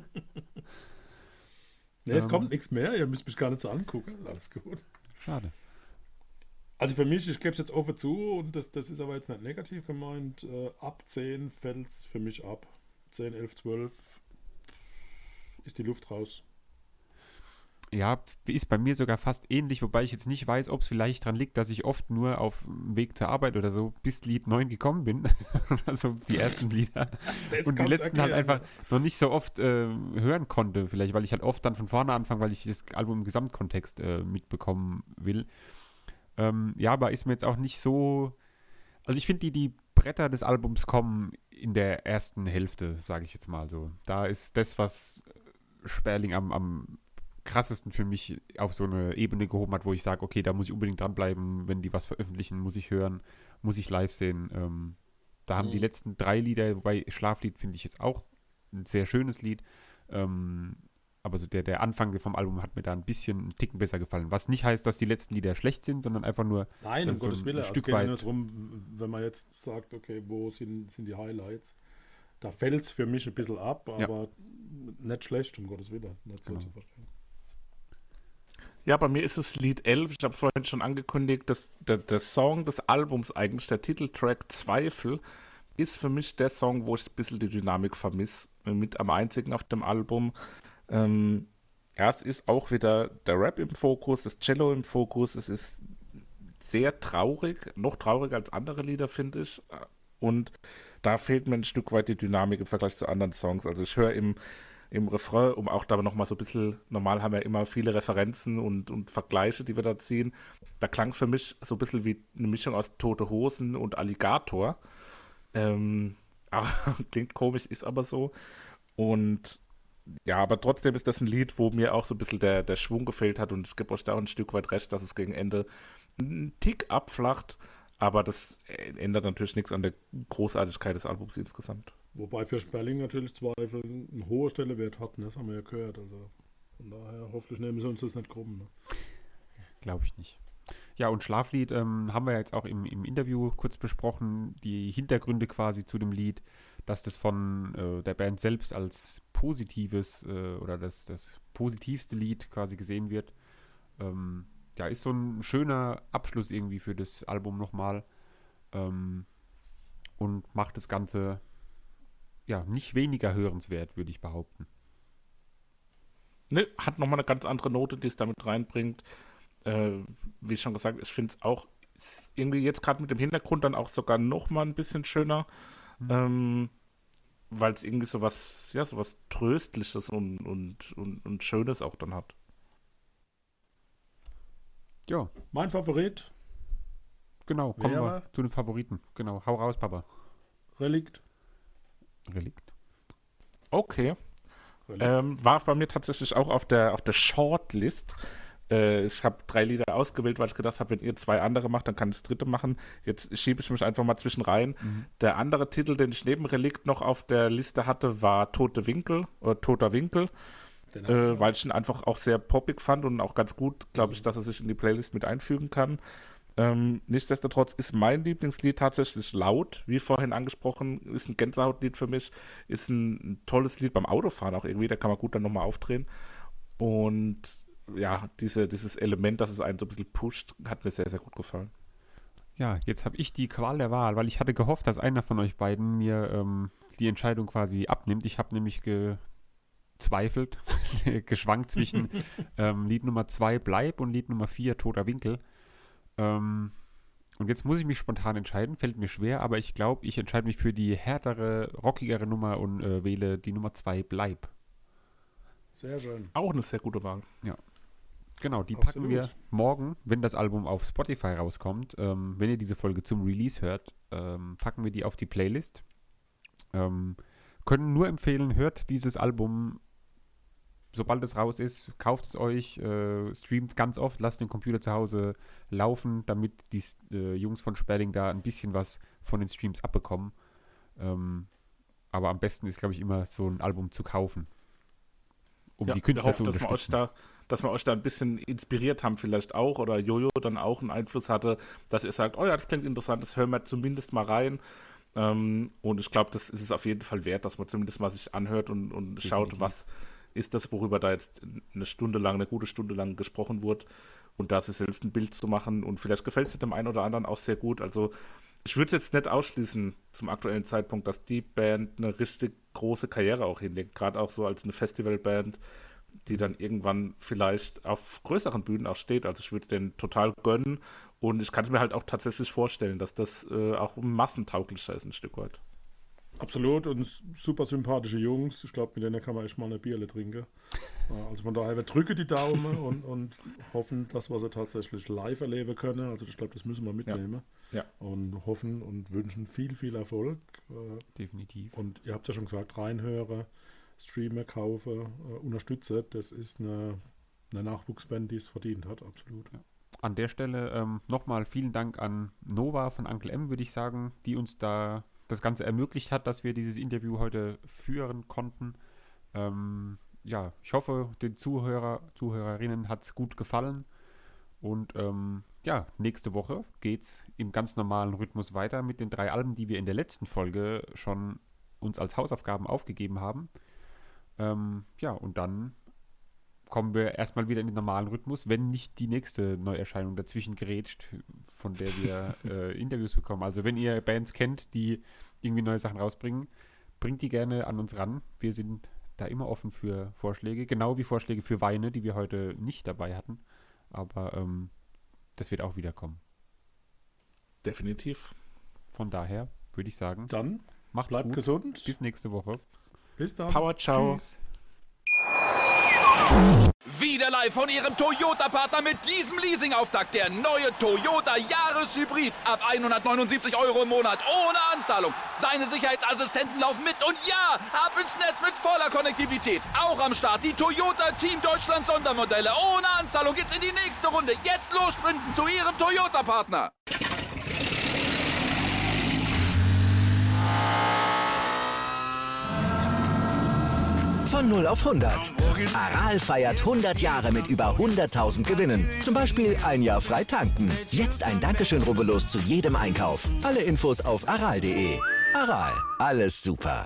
Nee, es Ähm. kommt nichts mehr. Ihr müsst mich gar nicht so angucken. Alles gut. Schade. Also für mich, ich gebe es jetzt offen zu und das, das ist aber jetzt nicht negativ gemeint. Äh, ab zehn fällt es für mich ab. zehn, elf, zwölf ist die Luft raus. Ja, ist bei mir sogar fast ähnlich, wobei ich jetzt nicht weiß, ob es vielleicht daran liegt, dass ich oft nur auf dem Weg zur Arbeit oder so bis Lied neun gekommen bin. Also die ersten Lieder. Das Und die kann's letzten halt erklären. einfach noch nicht so oft äh, hören konnte. Vielleicht, weil ich halt oft dann von vorne anfange, weil ich das Album im Gesamtkontext äh, mitbekommen will. Ähm, ja, aber ist mir jetzt auch nicht so... Also ich finde, die, die Bretter des Albums kommen in der ersten Hälfte, sage ich jetzt mal so. Da ist das, was Sperling am, am krassesten für mich auf so eine Ebene gehoben hat, wo ich sage, okay, da muss ich unbedingt dranbleiben, wenn die was veröffentlichen, muss ich hören, muss ich live sehen. Ähm, da haben Mhm. die letzten drei Lieder, wobei Schlaflied finde ich jetzt auch ein sehr schönes Lied, ähm, aber so der, der Anfang vom Album hat mir da ein bisschen einen Ticken besser gefallen. Was nicht heißt, dass die letzten Lieder schlecht sind, sondern einfach nur Nein, um das ist so Gottes ein Willen. Es Stück geht ja weit- nur darum, wenn man jetzt sagt, okay, wo sind, sind die Highlights? Da fällt es für mich ein bisschen ab, Ja. aber nicht schlecht, um Gottes Willen. Nicht so Genau. zu verstehen. Ja, bei mir ist es Lied elf. Ich habe vorhin schon angekündigt, dass der, der Song des Albums eigentlich, der Titeltrack Zweifel, ist für mich der Song, wo ich ein bisschen die Dynamik vermisse. Mit am einzigen auf dem Album. Ähm, ja, es ist auch wieder der Rap im Fokus, das Cello im Fokus. Es ist sehr traurig, noch trauriger als andere Lieder, finde ich. Und da fehlt mir ein Stück weit die Dynamik im Vergleich zu anderen Songs. Also ich höre im im Refrain, um auch da nochmal so ein bisschen, normal haben wir immer viele Referenzen und, und Vergleiche, die wir da ziehen. Da klang es für mich so ein bisschen wie eine Mischung aus Tote Hosen und Alligator. Ähm, aber, klingt komisch, ist aber so. Und ja, aber trotzdem ist das ein Lied, wo mir auch so ein bisschen der, der Schwung gefehlt hat und ich gebe euch da auch ein Stück weit recht, dass es gegen Ende einen Tick abflacht, aber das ändert natürlich nichts an der Großartigkeit des Albums insgesamt. Wobei für Sperling natürlich Zweifel eine hohe Stelle Wert hat, ne? Das haben wir ja gehört. Also von daher hoffentlich nehmen sie uns das nicht krumm. Ne? Glaube ich nicht. Ja, und Schlaflied ähm, haben wir jetzt auch im, im Interview kurz besprochen, die Hintergründe quasi zu dem Lied, dass das von äh, der Band selbst als positives äh, oder das, das positivste Lied quasi gesehen wird. Ähm, ja, ist so ein schöner Abschluss irgendwie für das Album nochmal ähm, und macht das Ganze ja nicht weniger hörenswert, würde ich behaupten. Ne, hat nochmal eine ganz andere Note, die es damit reinbringt. Äh, wie schon gesagt, ich finde es auch ist irgendwie jetzt gerade mit dem Hintergrund dann auch sogar nochmal ein bisschen schöner, mhm. ähm, weil es irgendwie so was, ja, so was Tröstliches und, und, und, und Schönes auch dann hat. Ja. Mein Favorit genau, kommen Wäre? wir zu den Favoriten. Genau, hau raus, Papa. Relikt. Relikt. Okay. Relikt. Ähm, war bei mir tatsächlich auch auf der, auf der Shortlist. Äh, ich habe drei Lieder ausgewählt, weil ich gedacht habe, wenn ihr zwei andere macht, dann kann ich das dritte machen. Jetzt schiebe ich mich einfach mal zwischen rein. Mhm. Der andere Titel, den ich neben Relikt noch auf der Liste hatte, war Tote Winkel oder Toter Winkel. Äh, weil ich ihn einfach auch sehr poppig fand und auch ganz gut, glaube ich, dass er sich in die Playlist mit einfügen kann. Ähm, nichtsdestotrotz ist mein Lieblingslied tatsächlich Laut, wie vorhin angesprochen, ist ein Gänsehautlied für mich, ist ein, ein tolles Lied beim Autofahren auch irgendwie, da kann man gut dann nochmal aufdrehen. Und ja, diese, dieses Element, dass es einen so ein bisschen pusht, hat mir sehr, sehr gut gefallen. Ja, jetzt habe ich die Qual der Wahl, weil ich hatte gehofft, dass einer von euch beiden mir ähm, die Entscheidung quasi abnimmt. Ich habe nämlich gezweifelt, geschwankt zwischen ähm, Lied Nummer zwei Bleib und Lied Nummer vier Toter Winkel. Ähm, und jetzt muss ich mich spontan entscheiden, fällt mir schwer, aber ich glaube, ich entscheide mich für die härtere, rockigere Nummer und äh, wähle die Nummer zwei Bleib. Sehr schön. Auch eine sehr gute Wahl. Ja. Genau, die Absolut. packen wir morgen, wenn das Album auf Spotify rauskommt. Ähm, wenn ihr diese Folge zum Release hört, ähm, packen wir die auf die Playlist. Ähm, können nur empfehlen, hört dieses Album, sobald es raus ist, kauft es euch, äh, streamt ganz oft, lasst den Computer zu Hause laufen, damit die äh, Jungs von Sperling da ein bisschen was von den Streams abbekommen. Ähm, aber am besten ist, glaube ich, immer so ein Album zu kaufen, um Ja, die Künstler ich hoffe, zu dass wir, euch unterstützen. da, dass wir euch da ein bisschen inspiriert haben vielleicht auch oder Jojo dann auch einen Einfluss hatte, dass ihr sagt, oh ja, das klingt interessant, das hören wir zumindest mal rein. Ähm, und ich glaube, das ist es auf jeden Fall wert, dass man zumindest mal sich anhört und, und schaut, was ist das, worüber da jetzt eine Stunde lang, eine gute Stunde lang gesprochen wurde und da sich selbst ein Bild zu machen und vielleicht gefällt es dem einen oder anderen auch sehr gut. Also ich würde jetzt nicht ausschließen zum aktuellen Zeitpunkt, dass die Band eine richtig große Karriere auch hinlegt, gerade auch so als eine Festivalband, die dann irgendwann vielleicht auf größeren Bühnen auch steht. Also ich würde es denen total gönnen und ich kann es mir halt auch tatsächlich vorstellen, dass das äh, auch massentauglicher ist ein Stück weit. Absolut und super sympathische Jungs. Ich glaube, mit denen kann man echt mal eine Bierle trinken. Also von daher, wir drücken die Daumen und, und hoffen, dass wir sie tatsächlich live erleben können. Also ich glaube, das müssen wir mitnehmen. Ja. Ja. Und hoffen und wünschen viel, viel Erfolg. Definitiv. Und ihr habt ja schon gesagt, reinhören, streamen, kaufen, unterstützen. Das ist eine, eine Nachwuchsband, die es verdient hat, absolut. Ja. An der Stelle ähm, nochmal vielen Dank an Nova von Uncle M, würde ich sagen, die uns da das Ganze ermöglicht hat, dass wir dieses Interview heute führen konnten. Ähm, ja, ich hoffe, den Zuhörer, Zuhörerinnen hat es gut gefallen. Und ähm, ja, nächste Woche geht es im ganz normalen Rhythmus weiter mit den drei Alben, die wir in der letzten Folge schon uns als Hausaufgaben aufgegeben haben. Ähm, ja, und dann kommen wir erstmal wieder in den normalen Rhythmus, wenn nicht die nächste Neuerscheinung dazwischen grätscht, von der wir äh, Interviews bekommen. Also wenn ihr Bands kennt, die irgendwie neue Sachen rausbringen, bringt die gerne an uns ran. Wir sind da immer offen für Vorschläge, genau wie Vorschläge für Weine, die wir heute nicht dabei hatten. Aber ähm, das wird auch wieder kommen. Definitiv. Von daher würde ich sagen, Dann macht's bleibt gut. gesund. Bis nächste Woche. Bis dann. Power, ciao. Tschüss. Wieder live von Ihrem Toyota-Partner mit diesem Leasing-Auftakt. Der neue Toyota Jahreshybrid. Ab hundertneunundsiebzig Euro im Monat. Ohne Anzahlung. Seine Sicherheitsassistenten laufen mit. Und ja, ab ins Netz mit voller Konnektivität. Auch am Start die Toyota Team Deutschland Sondermodelle. Ohne Anzahlung geht's in die nächste Runde. Jetzt los sprinten zu Ihrem Toyota-Partner. Von null auf hundert. Aral feiert hundert Jahre mit über hunderttausend Gewinnen. Zum Beispiel ein Jahr frei tanken. Jetzt ein Dankeschön, rubbellos zu jedem Einkauf. Alle Infos auf aral punkt de. Aral, alles super.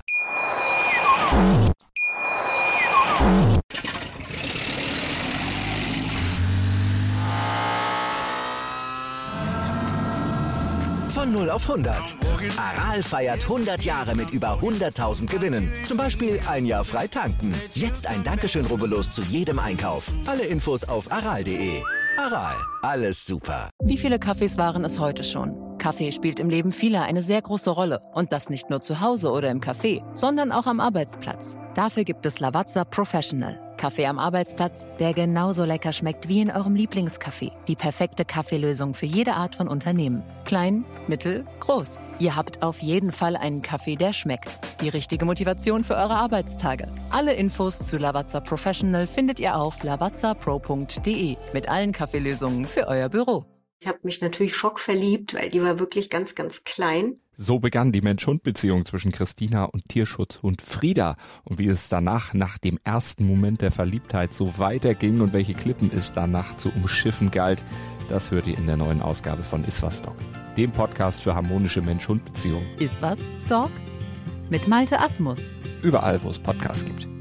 Von null auf hundert. Aral feiert hundert Jahre mit über hunderttausend Gewinnen. Zum Beispiel ein Jahr frei tanken. Jetzt ein Dankeschön, rubbellos zu jedem Einkauf. Alle Infos auf aral punkt de. Aral, alles super. Wie viele Kaffees waren es heute schon? Kaffee spielt im Leben vieler eine sehr große Rolle. Und das nicht nur zu Hause oder im Café, sondern auch am Arbeitsplatz. Dafür gibt es Lavazza Professional. Kaffee am Arbeitsplatz, der genauso lecker schmeckt wie in eurem Lieblingscafé. Die perfekte Kaffeelösung für jede Art von Unternehmen. Klein, mittel, groß. Ihr habt auf jeden Fall einen Kaffee, der schmeckt. Die richtige Motivation für eure Arbeitstage. Alle Infos zu Lavazza Professional findet ihr auf lavazza pro punkt de mit allen Kaffeelösungen für euer Büro. Ich habe mich natürlich schockverliebt, weil die war wirklich ganz, ganz klein. So begann die Mensch-Hund-Beziehung zwischen Christina und Tierschutzhund Frieda. Und wie es danach, nach dem ersten Moment der Verliebtheit, so weiterging und welche Klippen es danach zu umschiffen galt, das hört ihr in der neuen Ausgabe von Iswas Dog, dem Podcast für harmonische Mensch-Hund-Beziehungen. Iswas Dog? Mit Malte Asmus. Überall, wo es Podcasts gibt.